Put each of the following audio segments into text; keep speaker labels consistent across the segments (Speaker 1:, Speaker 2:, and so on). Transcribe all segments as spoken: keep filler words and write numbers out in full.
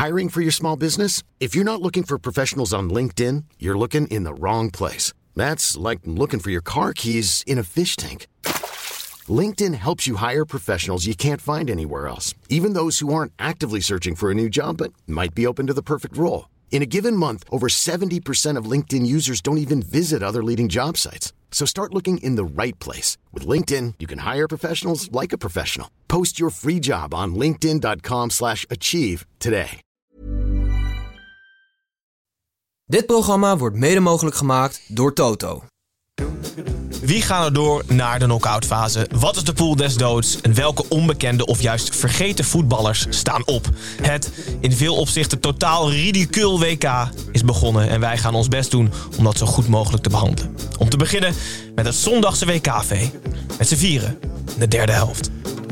Speaker 1: Hiring for your small business? If you're not looking for professionals on LinkedIn, you're looking in the wrong place. That's like looking for your car keys in a fish tank. LinkedIn helps you hire professionals you can't find anywhere else, even those who aren't actively searching for a new job but might be open to the perfect role. In a given month, over seventy percent of LinkedIn users don't even visit other leading job sites. So start looking in the right place. With LinkedIn, you can hire professionals like a professional. Post your free job on linkedin.com slash achieve today.
Speaker 2: Dit programma wordt mede mogelijk gemaakt door Toto.
Speaker 3: Wie gaan er door naar de knock-outfase? Wat is de pool des doods? En welke onbekende of juist vergeten voetballers staan op? Het in veel opzichten totaal ridicuul W K is begonnen. En wij gaan ons best doen om dat zo goed mogelijk te behandelen. Om te beginnen met het zondagse W K-vee. Met z'n vieren in de derde helft.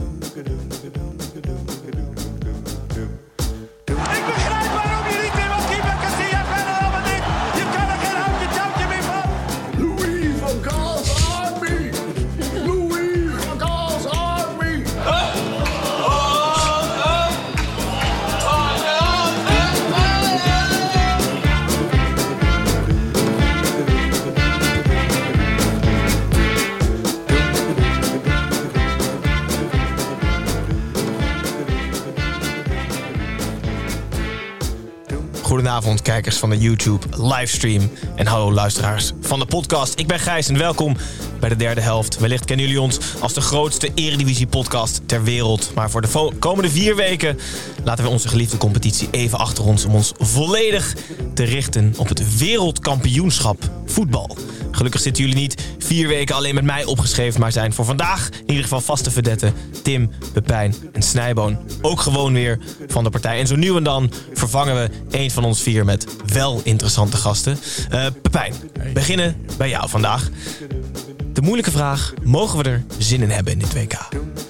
Speaker 3: Goedenavond, kijkers van de YouTube livestream. En hallo luisteraars van de podcast. Ik ben Gijs en welkom bij de derde helft. Wellicht kennen jullie ons als de grootste Eredivisie-podcast ter wereld. Maar voor de vo- komende vier weken laten we onze geliefde competitie even achter ons om ons volledig te richten op het wereldkampioenschap voetbal. Gelukkig zitten jullie niet vier weken alleen met mij opgeschreven, maar zijn voor vandaag in ieder geval vaste verdetten Tim, Pepijn en Snijboon ook gewoon weer van de partij. En zo nu en dan vervangen we een van ons vier met wel interessante gasten. Uh, Pepijn, beginnen bij jou vandaag. De moeilijke vraag, mogen we er zin in hebben in dit W K?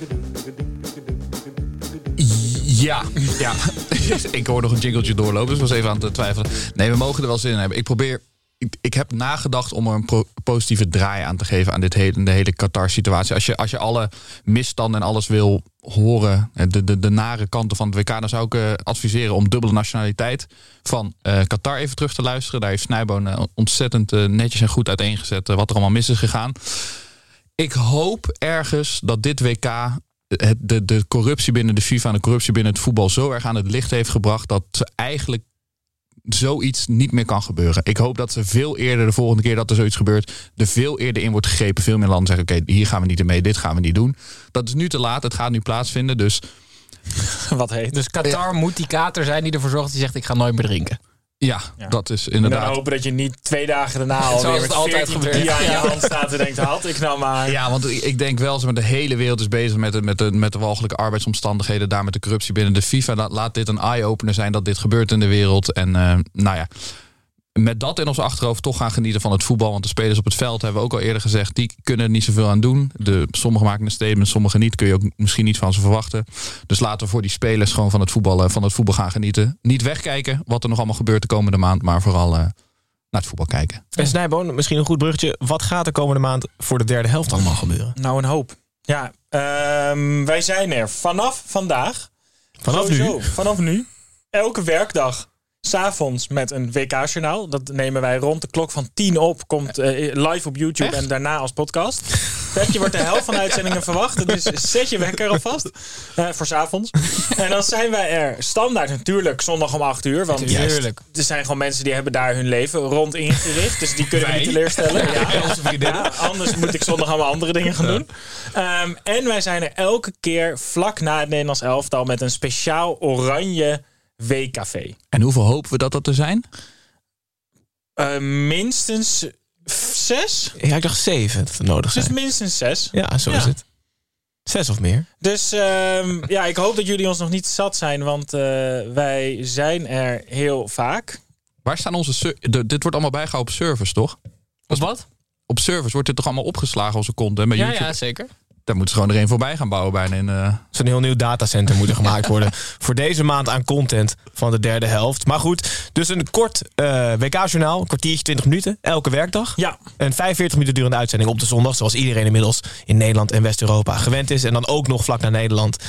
Speaker 4: Ja, ja. Ik hoor nog een jingletje doorlopen, dus ik was even aan het twijfelen. Nee, we mogen er wel zin in hebben. Ik probeer... Ik, ik heb nagedacht om er een pro- positieve draai aan te geven aan dit hele, de hele Qatar-situatie. Als je, als je alle misstanden en alles wil horen, de, de, de nare kanten van het W K, dan zou ik uh, adviseren om dubbele nationaliteit van uh, Qatar even terug te luisteren. Daar heeft Snijboon uh, ontzettend uh, netjes en goed uiteengezet uh, wat er allemaal mis is gegaan. Ik hoop ergens dat dit W K het, de, de corruptie binnen de FIFA en de corruptie binnen het voetbal zo erg aan het licht heeft gebracht dat ze eigenlijk zoiets niet meer kan gebeuren. Ik hoop dat ze veel eerder, de volgende keer dat er zoiets gebeurt, er veel eerder in wordt gegrepen. Veel meer landen zeggen, oké, okay, hier gaan we niet in mee, dit gaan we niet doen. Dat is nu te laat, het gaat nu plaatsvinden, dus...
Speaker 5: Wat heet? Dus Qatar ja. moet die kater zijn die ervoor zorgt dat hij zegt, ik ga nooit meer drinken.
Speaker 4: Ja, ja, dat is inderdaad...
Speaker 6: En dan hopen dat je niet twee dagen daarna alweer met veertien dia aan je hand staat en denkt, had ik nou maar...
Speaker 4: Ja, want ik denk wel, zeg maar, de hele wereld is bezig met de, met de, met de walgelijke arbeidsomstandigheden, daar met de corruptie binnen de FIFA. Laat dit een eye-opener zijn dat dit gebeurt in de wereld. En uh, nou ja, met dat in ons achterhoofd toch gaan genieten van het voetbal. Want de spelers op het veld, hebben we ook al eerder gezegd, die kunnen er niet zoveel aan doen. De, sommigen maken een statement, sommigen niet. Kun je ook misschien niet van ze verwachten. Dus laten we voor die spelers gewoon van het voetbal, van het voetbal gaan genieten. Niet wegkijken wat er nog allemaal gebeurt de komende maand, maar vooral uh, naar het voetbal kijken.
Speaker 3: En Snijboon, misschien een goed bruggetje. Wat gaat de komende maand voor de derde helft allemaal gebeuren?
Speaker 6: Nou, een hoop. Ja, um, wij zijn er vanaf vandaag.
Speaker 3: Vanaf
Speaker 6: sowieso,
Speaker 3: nu?
Speaker 6: Vanaf nu. Elke werkdag. 'S'avonds met een W K-journaal. Dat nemen wij rond de klok van tien op. Komt uh, live op YouTube. Echt? En daarna als podcast. Je wordt de helft van de uitzendingen verwacht. Dus zet je wekker alvast. Uh, voor 's avonds. En dan zijn wij er standaard natuurlijk zondag om acht uur. Want
Speaker 5: Tuurlijk.
Speaker 6: er zijn gewoon mensen die hebben daar hun leven rond ingericht. Dus die kunnen wij niet teleurstellen. Ja, ja, anders moet ik zondag allemaal andere dingen gaan doen. Um, en wij zijn er elke keer vlak na het Nederlands elftal met een speciaal oranje W K-vee.
Speaker 4: En hoeveel hopen we dat dat er zijn?
Speaker 6: Uh, minstens zes.
Speaker 3: Ja, ik dacht zeven dat er nodig zijn.
Speaker 6: Dus minstens zes.
Speaker 3: Ja, zo ja. is het. Zes of meer.
Speaker 6: Dus uh, ja, ik hoop dat jullie ons nog niet zat zijn, want uh, wij zijn er heel vaak.
Speaker 4: Waar staan onze... Sur- de, dit wordt allemaal bijgehouden op servers, toch?
Speaker 5: Op wat?
Speaker 4: Op servers wordt dit toch allemaal opgeslagen als een content bij
Speaker 5: ja,
Speaker 4: YouTube?
Speaker 5: Ja, zeker.
Speaker 4: Daar moeten ze gewoon er een voorbij gaan bouwen bijna. In, uh...
Speaker 3: Zo'n heel nieuw datacenter moet er gemaakt worden voor deze maand aan content van de derde helft. Maar goed, dus een kort uh, W K-journaal, een kwartiertje, twintig minuten, elke werkdag.
Speaker 6: Ja.
Speaker 3: Een vijfenveertig minuten durende uitzending op de zondag, zoals iedereen inmiddels in Nederland en West-Europa gewend is. En dan ook nog vlak naar Nederland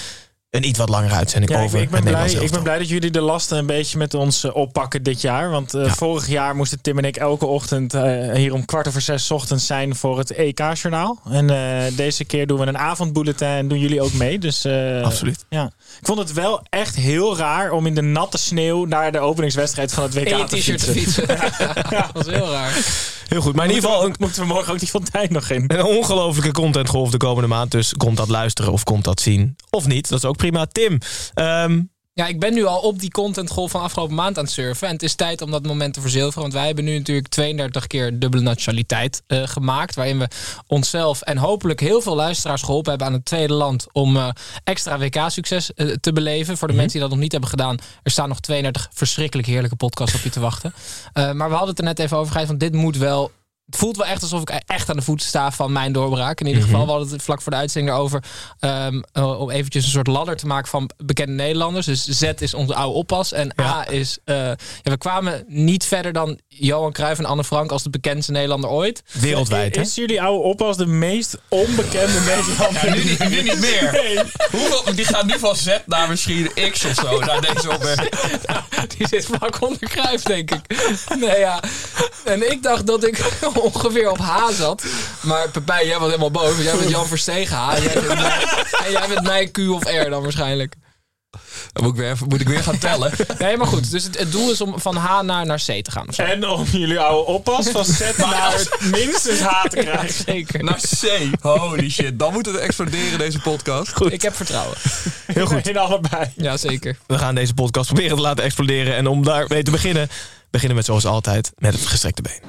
Speaker 3: een iets wat langere uitzending
Speaker 6: Ja,
Speaker 3: over
Speaker 6: ik, ik, ben
Speaker 3: het
Speaker 6: blij,
Speaker 3: Nederlands
Speaker 6: ik ben
Speaker 3: elftal.
Speaker 6: blij dat jullie de lasten een beetje met ons uh, oppakken dit jaar. Want uh,
Speaker 3: Ja.
Speaker 6: vorig jaar moesten Tim en ik elke ochtend uh, hier om kwart over zes 's ochtends zijn voor het E K-journaal. En uh, deze keer doen we een avondbulletin en doen jullie ook mee. Dus, uh,
Speaker 3: Absoluut.
Speaker 6: Ja. Ik vond het wel echt heel raar om in de natte sneeuw naar de openingswedstrijd van het W K
Speaker 5: In je
Speaker 6: te
Speaker 5: t-shirt te
Speaker 6: fietsen.
Speaker 5: fietsen. Ja, dat was heel raar.
Speaker 3: Heel goed, maar in ieder geval een,
Speaker 6: moeten we morgen ook die fontein nog in.
Speaker 3: een ongelofelijke contentgolf de komende maand. Dus komt dat luisteren of komt dat zien of niet. Dat is ook prima. Tim, um,
Speaker 5: Ja, ik ben nu al op die contentgolf van afgelopen maand aan het surfen. En het is tijd om dat moment te verzilveren. Want wij hebben nu natuurlijk tweeëndertig keer dubbele nationaliteit uh, gemaakt. Waarin we onszelf en hopelijk heel veel luisteraars geholpen hebben aan het tweede land. Om uh, extra W K-succes uh, te beleven. Voor de mm-hmm. mensen die dat nog niet hebben gedaan. Er staan nog tweeëndertig verschrikkelijk heerlijke podcasts op je te wachten. Uh, maar we hadden het er net even over gehad. Want dit moet wel... Het voelt wel echt alsof ik echt aan de voeten sta van mijn doorbraak. In ieder geval, mm-hmm. we hadden het vlak voor de uitzending erover. Um, uh, om eventjes een soort ladder te maken van bekende Nederlanders. Dus Z is onze oude oppas. En ja. A is... Uh, ja, we kwamen niet verder dan Johan Cruijff en Anne Frank als de bekendste Nederlander ooit.
Speaker 3: Wereldwijd, hè?
Speaker 6: Is jullie oude oppas de meest onbekende Nederlander?
Speaker 4: Ja, nu, niet, nu niet meer. Nee. Hoeveel, die gaat nu van Z naar misschien X of zo. Naar deze opmerking.
Speaker 5: Ja, die zit vlak onder Cruijff, denk ik. Nee, ja. En ik dacht dat ik ongeveer op H zat. Maar Pepijn, jij was helemaal boven. Jij bent Jan Verstegen H. Jij bent mij, en jij bent mij Q of R dan waarschijnlijk.
Speaker 4: Dan moet ik weer, moet ik weer gaan tellen.
Speaker 5: Nee, maar goed. Dus het, het doel is om van H naar, naar C te gaan. Of zo.
Speaker 6: En om jullie oude oppas van Z naar minstens H te krijgen.
Speaker 5: Ja, zeker.
Speaker 4: Naar C. Holy shit. Dan moet het exploderen, deze podcast.
Speaker 5: Goed. Ik heb vertrouwen.
Speaker 3: Heel goed.
Speaker 6: In allebei.
Speaker 5: Ja, zeker.
Speaker 3: We gaan deze podcast proberen te laten exploderen. En om daarmee te beginnen, beginnen we zoals altijd met het gestrekte been.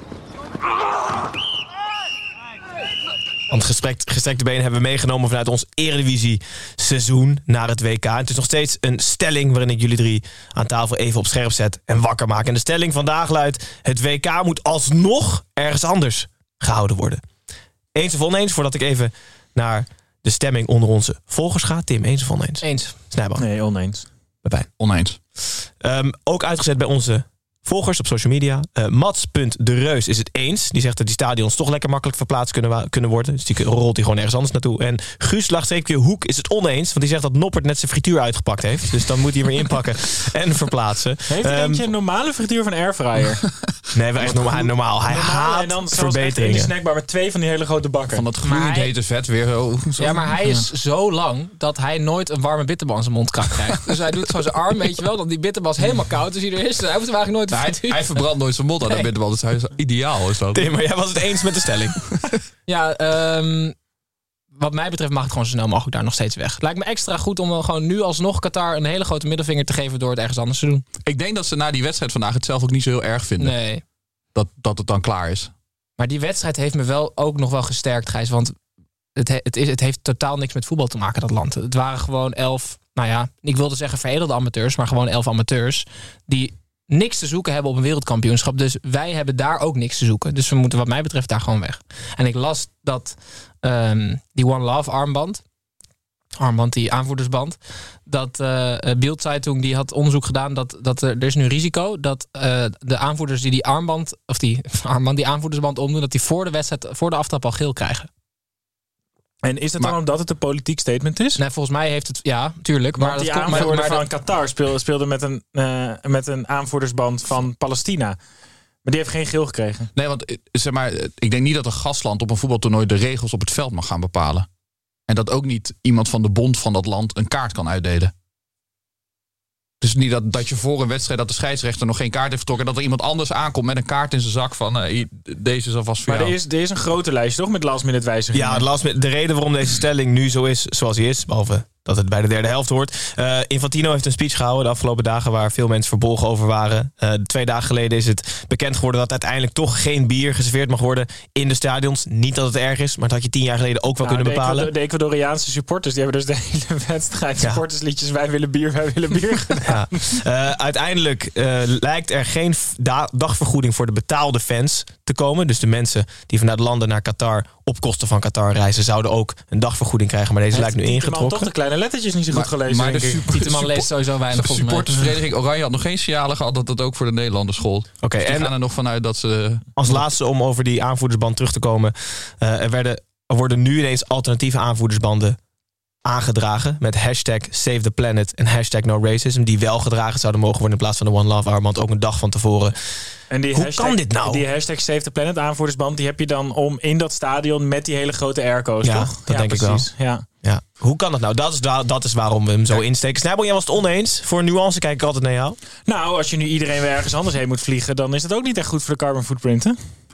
Speaker 3: Want gestrekt, gestrekte benen hebben we meegenomen vanuit ons Eredivisie seizoen naar het W K. En het is nog steeds een stelling waarin ik jullie drie aan tafel even op scherp zet en wakker maak. En de stelling vandaag luidt: het W K moet alsnog ergens anders gehouden worden. Eens of oneens, voordat ik even naar de stemming onder onze volgers ga. Tim, eens of oneens?
Speaker 5: Eens.
Speaker 3: Snijboom.
Speaker 6: Nee, oneens.
Speaker 3: Pepijn.
Speaker 4: Oneens.
Speaker 3: Um, ook uitgezet bij onze volgers op social media. Uh, Mats.de-Reus is het eens. Die zegt dat die stadions toch lekker makkelijk verplaatst kunnen, wa- kunnen worden. Dus die rolt hij gewoon ergens anders naartoe. En Guus Laagstreepje Hoek is het oneens. Want die zegt dat Noppert net zijn frituur uitgepakt heeft. Dus dan moet hij weer inpakken en verplaatsen.
Speaker 6: Heeft hij um, een normale frituur van Airfryer?
Speaker 3: Nee, wel echt normaal. normaal. Hij
Speaker 6: normaal,
Speaker 3: haat
Speaker 6: en dan
Speaker 3: verbeteringen.
Speaker 6: In de snackbar met twee van die hele grote bakken.
Speaker 4: Van dat gloeiend hete vet weer zo. zo.
Speaker 5: Ja, maar hij is zo lang dat hij nooit een warme bitterbal in zijn mond krijgt. Dus hij doet zo zijn arm, weet je wel. Dan die bitterbal is helemaal koud. Dus hij er is. Hij hoeft hem eigenlijk nooit te
Speaker 4: hij,
Speaker 5: frituren.
Speaker 4: hij verbrandt nooit zijn mond aan de
Speaker 5: Nee.
Speaker 4: bitterbal. Dus hij is ideaal. Is dat.
Speaker 3: Tim, maar jij was het eens met de stelling.
Speaker 5: Ja, um, wat mij betreft mag het gewoon zo snel mogelijk daar nog steeds weg. Lijkt me extra goed om gewoon nu alsnog Qatar een hele grote middelvinger te geven door het ergens anders te doen.
Speaker 4: Ik denk dat ze na die wedstrijd vandaag het zelf ook niet zo heel erg vinden.
Speaker 5: Nee.
Speaker 4: Dat, dat het dan klaar is.
Speaker 5: Maar die wedstrijd heeft me wel ook nog wel gesterkt, Gijs. Want het, he, het, is, het heeft totaal niks met voetbal te maken, dat land. Het waren gewoon elf, nou ja, ik wilde zeggen veredelde amateurs, maar gewoon elf amateurs die niks te zoeken hebben op een wereldkampioenschap. Dus wij hebben daar ook niks te zoeken. Dus we moeten wat mij betreft daar gewoon weg. En ik las dat um, die One Love armband, armband, die aanvoerdersband, dat uh, Bild-Zeitung die had onderzoek gedaan dat, dat er, er is nu risico dat uh, de aanvoerders die die armband, of die armband, die aanvoerdersband omdoen, dat die voor de wedstrijd, voor de aftrap al geel krijgen.
Speaker 6: En is dat
Speaker 4: maar,
Speaker 6: dan omdat het een politiek statement is?
Speaker 5: Nee, volgens mij heeft het... Ja, tuurlijk. Maar
Speaker 6: Want die
Speaker 5: dat
Speaker 6: aanvoerder
Speaker 5: maar, maar
Speaker 6: van
Speaker 5: dat,
Speaker 6: Qatar speelde, speelde met, een, uh, met een aanvoerdersband van Palestina. Maar die heeft geen geel gekregen.
Speaker 4: Nee, want zeg maar, ik denk niet dat een gastland op een voetbaltoernooi de regels op het veld mag gaan bepalen. En dat ook niet iemand van de bond van dat land een kaart kan uitdelen. Dus niet dat, dat je voor een wedstrijd dat de scheidsrechter nog geen kaart heeft getrokken, dat er iemand anders aankomt met een kaart in zijn zak van uh, deze is alvast voor
Speaker 6: maar
Speaker 4: jou.
Speaker 6: Maar er is, er is een grote lijst toch met last minute wijzigingen?
Speaker 3: Ja, last minute, de reden waarom deze stelling nu zo is zoals hij is, behalve dat het bij de derde helft hoort. Uh, Infantino heeft een speech gehouden de afgelopen dagen waar veel mensen verbolgen over waren. Uh, twee dagen geleden is het bekend geworden dat uiteindelijk toch geen bier geserveerd mag worden in de stadions. Niet dat het erg is, maar dat had je tien jaar geleden ook wel
Speaker 6: nou,
Speaker 3: kunnen
Speaker 6: de
Speaker 3: bepalen.
Speaker 6: Ecuador, de Ecuadoriaanse supporters, die hebben dus de hele wedstrijd
Speaker 3: Ja.
Speaker 6: supportersliedjes wij willen bier, wij willen bier gedaan.
Speaker 3: Ja. Uh, uiteindelijk uh, lijkt er geen da- dagvergoeding voor de betaalde fans te komen. Dus de mensen die vanuit landen naar Qatar op kosten van Qatar reizen zouden ook een dagvergoeding krijgen. Maar deze lijkt nu ingetrokken.
Speaker 6: toch de kleine lettertjes niet zo goed
Speaker 4: Maar-
Speaker 6: gelezen.
Speaker 4: maar de
Speaker 6: denk ik.
Speaker 4: super-
Speaker 5: Tieteman leest sowieso weinig
Speaker 4: De
Speaker 5: volgens mij.
Speaker 4: supportersvereniging Oranje had nog geen signalen gehad dat het ook voor de Nederlanders gold.
Speaker 3: Oké,
Speaker 4: Dus die
Speaker 3: en
Speaker 4: gaan er nog vanuit dat ze...
Speaker 3: als laatste om over die aanvoerdersband terug te komen. Uh, er, werden, er worden nu ineens alternatieve aanvoerdersbanden aangedragen met hashtag Save the Planet en hashtag No Racism, die wel gedragen zouden mogen worden in plaats van de One Love armband, ook een dag van tevoren.
Speaker 6: En die
Speaker 3: Hoe
Speaker 6: hashtag,
Speaker 3: kan dit nou?
Speaker 6: Die hashtag Save the Planet aanvoerdersband, die heb je dan om in dat stadion met die hele grote airco's,
Speaker 3: Ja,
Speaker 6: toch?
Speaker 3: dat denk ik wel.
Speaker 6: Ja.
Speaker 3: Ja. Hoe kan dat nou? Dat is, da- dat is waarom we hem zo insteken. Snijboom, jij was het oneens. Voor een nuance kijk ik altijd naar jou.
Speaker 6: Nou, als je nu iedereen weer ergens anders heen moet vliegen, dan is dat ook niet echt goed voor de carbon footprint, hè?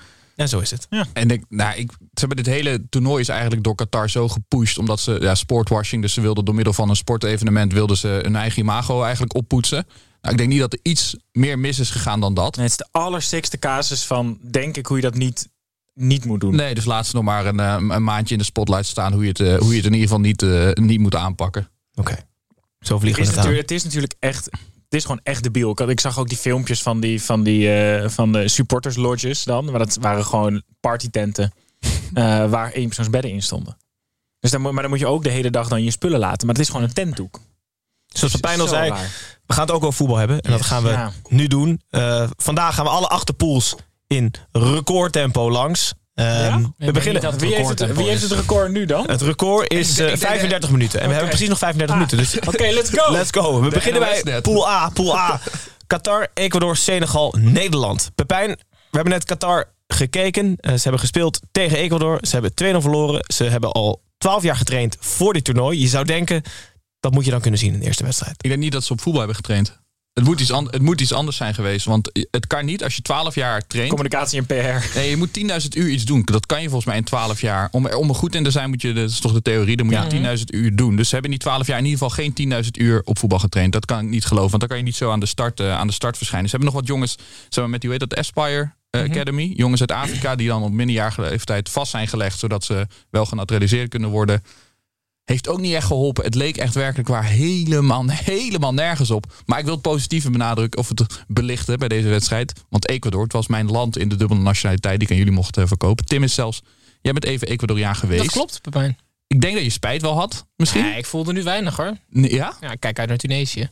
Speaker 3: En zo is het.
Speaker 6: Ja.
Speaker 4: En ik, nou, ik, ze hebben dit hele toernooi is eigenlijk door Qatar zo gepusht, omdat ze ja, sportwashing, dus ze wilden door middel van een sportevenement wilden ze hun eigen imago eigenlijk oppoetsen. Nou, ik denk niet dat er iets meer mis is gegaan dan dat.
Speaker 6: Nee, het is de allerstikste casus van, denk ik, hoe je dat niet, niet moet doen.
Speaker 4: Nee, dus laat ze nog maar een, een maandje in de spotlight staan hoe je het, uh, hoe je het in ieder geval niet, uh, niet moet aanpakken.
Speaker 3: Oké. Okay. Zo vliegen
Speaker 6: het
Speaker 3: we het aan.
Speaker 6: Het is natuurlijk echt... Het is gewoon echt debiel. Ik, ik zag ook die filmpjes van, die, van, die, uh, van de supporters lodges dan. Maar dat waren gewoon partytenten uh, waar eenpersoonsbedden in stonden. Dus dan, maar dan moet je ook de hele dag dan je spullen laten. Maar het is gewoon een tentdoek.
Speaker 3: Zoals Pepijn al zei,
Speaker 6: raar.
Speaker 3: we gaan het ook over voetbal hebben. En yes, dat gaan we ja. nu doen. Uh, vandaag gaan we alle acht pools in recordtempo langs. Um,
Speaker 6: ja?
Speaker 3: We beginnen.
Speaker 6: Wie heeft, het, wie heeft het record nu dan?
Speaker 3: Het record is uh, vijfendertig minuten. En okay. we hebben precies nog vijfendertig ah. minuten. Dus
Speaker 6: Oké, okay, let's go.
Speaker 3: Let's go. We beginnen bij pool A. Pool A. Qatar, Ecuador, Senegal, Nederland. Pepijn, we hebben net Qatar gekeken. Uh, ze hebben gespeeld tegen Ecuador. Ze hebben twee nul verloren. Ze hebben al twaalf jaar getraind voor dit toernooi. Je zou denken, dat moet je dan kunnen zien in de eerste wedstrijd.
Speaker 4: Ik denk niet dat ze op voetbal hebben getraind. Het moet, iets an- het moet iets anders zijn geweest. Want het kan niet als je twaalf jaar traint.
Speaker 6: Communicatie en P R.
Speaker 4: Nee, je moet tienduizend uur iets doen. Dat kan je volgens mij in twaalf jaar. Om er, om er goed in te zijn moet je, dat is toch de theorie, dan moet je ja. tienduizend uur doen. Dus ze hebben in die twaalf jaar in ieder geval geen tienduizend uur op voetbal getraind. Dat kan ik niet geloven, want dan kan je niet zo aan de start, uh, aan de start verschijnen. Ze hebben nog wat jongens, zeg maar met die, hoe heet dat, Aspire uh, mm-hmm. Academy. Jongens uit Afrika die dan op minderjarige leeftijd vast zijn gelegd, zodat ze wel genaturaliseerd kunnen worden. Heeft ook niet echt geholpen. Het leek echt werkelijk waar helemaal, helemaal nergens op. Maar ik wil het positieve benadrukken of het belichten bij deze wedstrijd. Want Ecuador, het was mijn land in de dubbele nationaliteit die ik aan jullie mocht uh, verkopen. Tim is zelfs, jij bent even Ecuadoriaan geweest.
Speaker 5: Dat klopt, Pepijn.
Speaker 4: Ik denk dat je spijt wel had, misschien.
Speaker 5: Nee, ik voelde nu weinig hoor.
Speaker 4: Nee, ja?
Speaker 5: Ja, kijk uit naar Tunesië.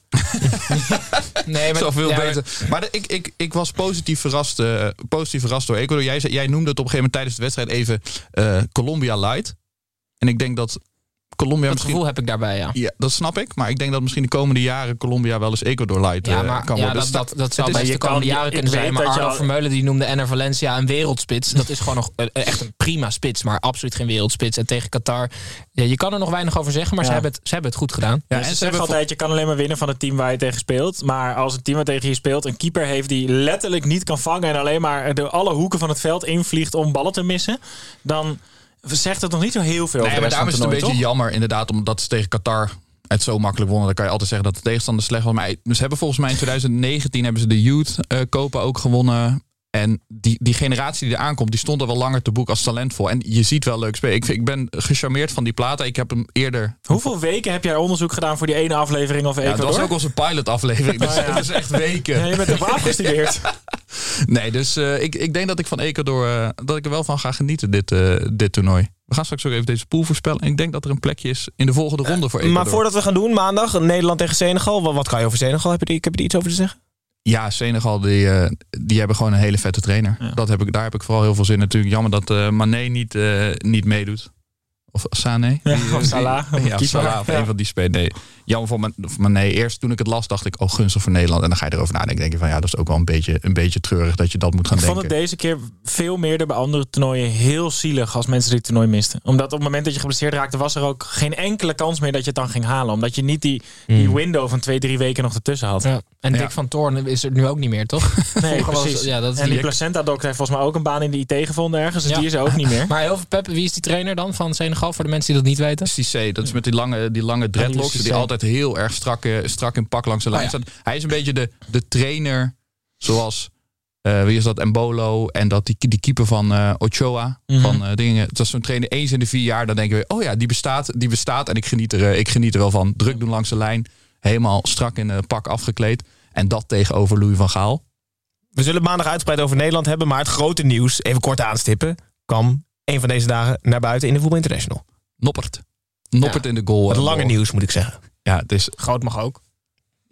Speaker 5: nee, maar
Speaker 4: zoveel
Speaker 5: ja,
Speaker 4: beter. Maar de, ik, ik, ik was positief verrast, uh, positief verrast door Ecuador. Jij, jij noemde het op een gegeven moment tijdens de wedstrijd even uh, Colombia Light. En ik denk dat Colombia
Speaker 5: dat
Speaker 4: misschien,
Speaker 5: gevoel heb ik daarbij, ja.
Speaker 4: Ja, dat snap ik. Maar ik denk dat misschien de komende jaren Colombia wel eens Ecuador Light
Speaker 5: ja, maar,
Speaker 4: uh, kan
Speaker 5: ja,
Speaker 4: worden.
Speaker 5: Dat, dat, dat zou
Speaker 6: is,
Speaker 5: best de komende jaren kunnen zijn. Maar Arno
Speaker 6: al...
Speaker 5: Vermeulen die noemde Enner Valencia een wereldspits. Dat is gewoon nog uh, echt een prima spits. Maar absoluut geen wereldspits. En tegen Qatar, ja, je kan er nog weinig over zeggen. Maar ja. ze, hebben het, ze hebben het goed gedaan.
Speaker 6: Ja, en ze, ze zeggen altijd, vo- je kan alleen maar winnen van het team waar je tegen speelt. Maar als het team waar tegen je speelt een keeper heeft die letterlijk niet kan vangen en alleen maar door alle hoeken van het veld invliegt om ballen te missen, dan zegt het nog niet zo heel veel.
Speaker 4: Nee,
Speaker 6: over
Speaker 4: maar
Speaker 6: de
Speaker 4: daarom is het een
Speaker 6: toernooi,
Speaker 4: beetje
Speaker 6: toch?
Speaker 4: jammer inderdaad, omdat ze tegen Qatar het zo makkelijk wonnen. Dan kan je altijd zeggen dat de tegenstander slecht was. Maar ze hebben volgens mij in twintig negentien hebben ze de Youth uh, Copa ook gewonnen. En die, die generatie die er aankomt, die stond er wel langer te boek als talentvol. En je ziet wel leuk spelen. Ik, ik ben gecharmeerd van die platen. Ik heb hem eerder...
Speaker 6: Hoeveel weken heb jij onderzoek gedaan voor die ene aflevering of Ecuador?
Speaker 4: Ja, dat was ook onze pilot aflevering. Dus
Speaker 6: oh, ja.
Speaker 4: dat is echt weken.
Speaker 6: Ja, je bent ervoor afgestudeerd.
Speaker 4: Nee, dus uh, ik, ik denk dat ik van Ecuador, uh, dat ik er wel van ga genieten dit, uh, dit toernooi. We gaan straks ook even deze pool voorspellen. En ik denk dat er een plekje is in de volgende ronde voor Ecuador.
Speaker 3: Maar voordat we gaan doen, maandag, Nederland tegen Senegal. Wat, wat kan je over Senegal? Heb je, heb je er iets over te zeggen?
Speaker 4: Ja, Senegal, die, uh, die hebben gewoon een hele vette trainer. Ja. Dat heb ik, daar heb ik vooral heel veel zin in. Natuurlijk jammer dat uh, Mané niet, uh, niet meedoet. Of Sané.
Speaker 6: Ja,
Speaker 4: die,
Speaker 6: of Salah.
Speaker 4: Die, ja, Salah of ja. een van die spelen. Nee, jammer voor Mané. Eerst toen ik het las, dacht ik, oh, gunstig voor Nederland. En dan ga je erover nadenken. denk je van, ja, dat is ook wel een beetje, een beetje treurig dat je dat moet gaan
Speaker 6: ik
Speaker 4: denken.
Speaker 6: Ik vond het deze keer veel meer dan bij andere toernooien heel zielig als mensen dit toernooi misten. Omdat op het moment dat je geblesseerd raakte, was er ook geen enkele kans meer dat je het dan ging halen. Omdat je niet die, mm. die window van twee, drie weken nog ertussen had.
Speaker 5: Ja. En Dick
Speaker 6: ja.
Speaker 5: van Toorn is er nu ook niet meer, toch?
Speaker 6: Nee, precies. Was, ja, dat is en die placenta-dokter heeft volgens mij ook een baan in de I T gevonden ergens. Dus ja. die is er ook niet meer.
Speaker 5: Maar heel veel Pep, wie is die trainer dan van Senegal? Voor de mensen die dat niet weten.
Speaker 4: Cissé, dat is met die lange, die lange dreadlocks. Ja, die, die altijd heel erg strak, strak in pak langs de lijn oh, ja. staat. Hij is een beetje de, de trainer zoals, uh, wie is dat, Embolo. En dat die, die keeper van uh, Ochoa. Mm-hmm. Van, uh, dingen. Dat is zo'n trainer eens in de vier jaar. Dan denken we, oh ja, die bestaat. Die bestaat en ik geniet er, uh, ik geniet er wel van. Druk doen langs de lijn. Helemaal strak in uh, pak afgekleed. En dat tegenover Louis van Gaal.
Speaker 3: We zullen maandag uitgebreid over Nederland hebben. Maar het grote nieuws, even kort aanstippen, kwam een van deze dagen naar buiten in de Voetbal International.
Speaker 4: Noppert. Noppert ja. in de goal.
Speaker 3: Het lange goal. Nieuws moet ik zeggen.
Speaker 4: Ja, het is...
Speaker 5: Groot mag ook.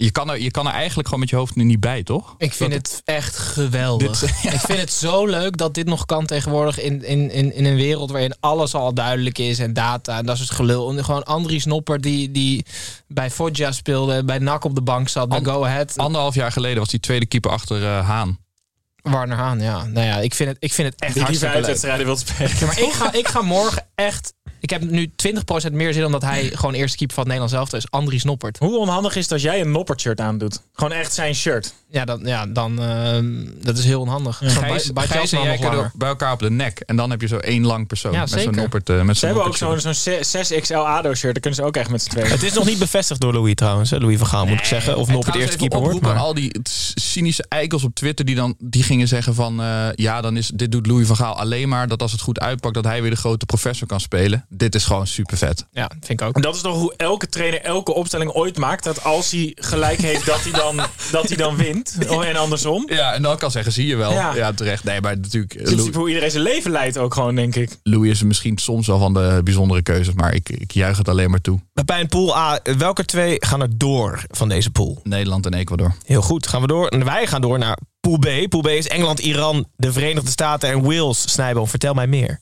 Speaker 4: je kan, er, je kan er eigenlijk gewoon met je hoofd nu niet bij, toch?
Speaker 5: Ik vind
Speaker 4: dat
Speaker 5: het echt geweldig.
Speaker 4: Dit, ja.
Speaker 5: Ik vind het zo leuk dat dit nog kan tegenwoordig in, in, in, in een wereld waarin alles al duidelijk is en data en dat is het gelul. En gewoon Andries Noppert die, die bij Foggia speelde, bij N A C op de bank zat, bij
Speaker 4: And,
Speaker 5: Go Ahead.
Speaker 4: Anderhalf jaar geleden was die tweede keeper achter uh, Haan.
Speaker 5: Warner Haan, ja. Nou ja, ik vind het, ik vind het echt
Speaker 6: Die
Speaker 5: hartstikke leuk.
Speaker 6: uitwedstrijden wilt spelen.
Speaker 5: Ja, maar ik ga, ik ga morgen echt... Ik heb nu twintig procent meer zin omdat hij gewoon eerste keeper van het Nederlands elftal is. Andries Noppert.
Speaker 6: Hoe onhandig is het als jij een Noppert shirt aandoet? Gewoon echt zijn shirt.
Speaker 5: Ja, dan, ja, dan uh, dat is heel onhandig.
Speaker 6: Ja.
Speaker 4: Gijs, Gijs en jij kunnen bij elkaar op de nek. En dan heb je zo één lang persoon.
Speaker 5: Ja,
Speaker 4: met
Speaker 5: zeker.
Speaker 4: zo'n Noppert. Uh, met
Speaker 6: Ze
Speaker 4: zo'n
Speaker 6: hebben ook
Speaker 4: Noppert
Speaker 6: zo'n zo'n zes X L ADO shirt. Daar kunnen ze ook echt met z'n tweeën.
Speaker 3: Het is nog niet bevestigd door Louis trouwens. Hè? Louis van Gaal moet ik zeggen. Of
Speaker 4: En
Speaker 3: Noppert eerste keeper wordt.
Speaker 4: Maar
Speaker 3: Maar...
Speaker 4: al die cynische eikels op Twitter die dan die gingen zeggen van... Uh, ja, dan is dit doet Louis van Gaal alleen maar... dat als het goed uitpakt dat hij weer de grote professor kan spelen. Dit is gewoon super vet.
Speaker 5: Ja, vind ik ook.
Speaker 6: En dat is toch hoe elke trainer elke opstelling ooit maakt. Dat als hij gelijk heeft, dat hij dan, dat hij dan wint. En andersom.
Speaker 4: Ja, en dan kan zeggen, zie je wel. Ja,
Speaker 6: Ja.
Speaker 4: terecht. Nee, maar natuurlijk...
Speaker 6: In principe hoe iedereen zijn leven leidt ook gewoon, denk ik.
Speaker 4: Louis is misschien soms wel van de bijzondere keuzes... maar ik, ik juich het alleen maar toe.
Speaker 3: Bij een pool A, welke twee gaan er door van deze pool?
Speaker 4: Nederland en Ecuador.
Speaker 3: Heel goed, gaan we door. En wij gaan door naar pool B. Pool B is Engeland, Iran, de Verenigde Staten en Wales. Snijboom, vertel mij meer.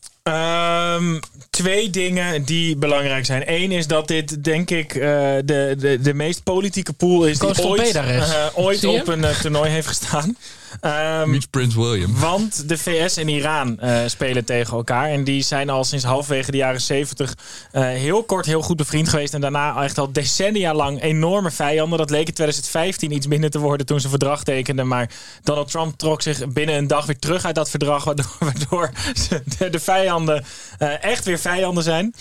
Speaker 6: Um, twee dingen die belangrijk zijn. Eén is dat dit, denk ik, uh, de, de, de meest politieke pool is...
Speaker 5: Koos
Speaker 6: die
Speaker 5: van
Speaker 6: ooit,
Speaker 5: P daar is.
Speaker 6: uh, ooit
Speaker 5: Zie je?
Speaker 6: op een uh, toernooi heeft gestaan. Um,
Speaker 4: Meets Prince William.
Speaker 6: Want de V S en Iran uh, spelen tegen elkaar. En die zijn al sinds halverwege de jaren zeventig uh, heel kort heel goed bevriend geweest. En daarna echt al decennia lang enorme vijanden. Dat leek in twintig vijftien iets minder te worden toen ze een verdrag tekenden. Maar Donald Trump trok zich binnen een dag weer terug uit dat verdrag. Waardoor, waardoor de, de vijanden uh, echt weer vijanden zijn.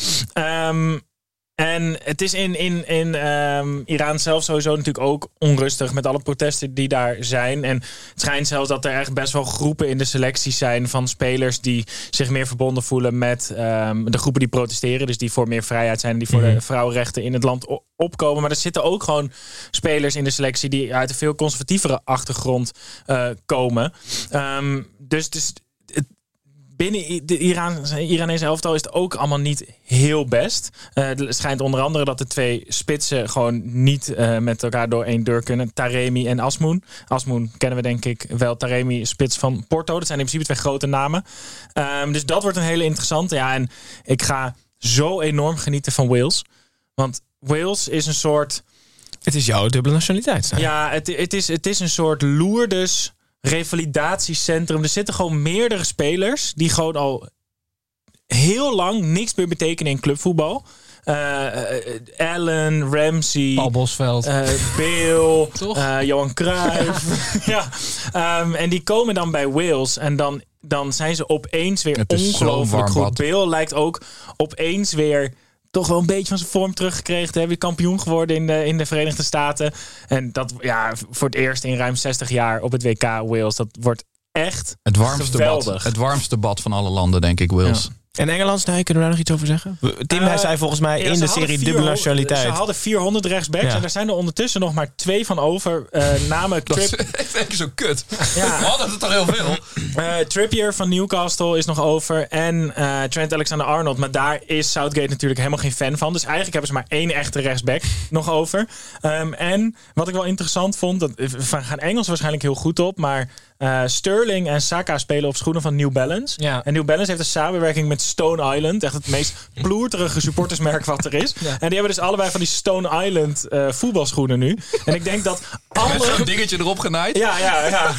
Speaker 6: Um, En het is in, in, in um, Iran zelf sowieso natuurlijk ook onrustig met alle protesten die daar zijn. En het schijnt zelfs dat er echt best wel groepen in de selectie zijn van spelers die zich meer verbonden voelen met um, de groepen die protesteren. Dus die voor meer vrijheid zijn en die voor mm-hmm. de vrouwenrechten in het land opkomen. Maar er zitten ook gewoon spelers in de selectie die uit een veel conservatievere achtergrond uh, komen. Um, dus dus het, binnen de Iran, Iranese elftal is het ook allemaal niet heel best. Uh, het schijnt onder andere dat de twee spitsen gewoon niet uh, met elkaar door één deur kunnen. Taremi en Asmoun. Asmoun kennen we denk ik wel. Taremi spits van Porto. Dat zijn in principe twee grote namen. Um, dus dat wordt een hele interessante. Ja, en ik ga zo enorm genieten van Wales. Want Wales is een soort...
Speaker 3: Het is jouw dubbele nationaliteit. Zijn.
Speaker 6: Ja, het, het, is, het is een soort Lourdes revalidatiecentrum. Er zitten gewoon meerdere spelers die gewoon al heel lang niks meer betekenen in clubvoetbal. Uh, uh, Allen, Ramsey,
Speaker 5: Paul Bosveld,
Speaker 6: uh, Bill,
Speaker 5: uh,
Speaker 6: Johan Cruijff. ja. um, en die komen dan bij Wales en dan, dan zijn ze opeens weer ongelooflijk goed.
Speaker 4: Bad.
Speaker 6: Bill lijkt ook opeens weer toch wel een beetje van zijn vorm teruggekregen te hebben. Kampioen geworden in de, in de Verenigde Staten. En dat ja, voor het eerst in ruim zestig jaar op het W K Wales. Dat wordt echt
Speaker 4: het warmste
Speaker 6: geweldig.
Speaker 4: Bad, het warmste bad van alle landen, denk ik, Wales.
Speaker 6: Ja.
Speaker 3: En Engeland, nou, kunnen we daar nog iets over zeggen? Tim, hij uh, zei volgens mij ja, in de serie dubbele nationaliteit.
Speaker 6: Ze hadden vierhonderd rechtsbacks ja. en er zijn er ondertussen nog maar twee van over. Uh, namelijk
Speaker 4: dat Trip... is echt zo kut.
Speaker 6: Ja.
Speaker 4: We hadden het toch heel veel.
Speaker 6: Uh, Trippier van Newcastle is nog over. En uh, Trent Alexander-Arnold. Maar daar is Southgate natuurlijk helemaal geen fan van. Dus eigenlijk hebben ze maar één echte rechtsback nog over. Um, en wat ik wel interessant vond. Dat, we gaan Engels waarschijnlijk heel goed op. Maar uh, Sterling en Saka spelen op schoenen van New Balance.
Speaker 5: Ja.
Speaker 6: En New Balance heeft een samenwerking met Stone Island. Echt het meest ploerterige supportersmerk wat er is. Ja. En die hebben dus allebei van die Stone Island uh, voetbalschoenen nu. En ik denk dat alle...
Speaker 4: Met zo'n dingetje erop genaaid.
Speaker 6: Ja, ja, ja.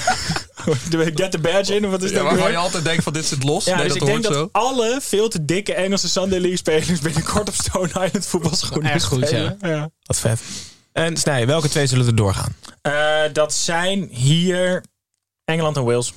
Speaker 6: Get the badge in, of wat is
Speaker 4: ja,
Speaker 6: dat?
Speaker 4: Waarvan je altijd denkt van dit zit los.
Speaker 6: Ja,
Speaker 4: nee,
Speaker 6: dus
Speaker 4: dat
Speaker 6: ik denk
Speaker 4: zo.
Speaker 6: dat alle veel te dikke Engelse Sunday League spelers binnenkort op Stone Island voetbalschoenen
Speaker 5: echt goed, ja.
Speaker 6: ja.
Speaker 3: Wat vet. En Snij, welke twee zullen er doorgaan?
Speaker 6: Uh, dat zijn hier Engeland en Wales.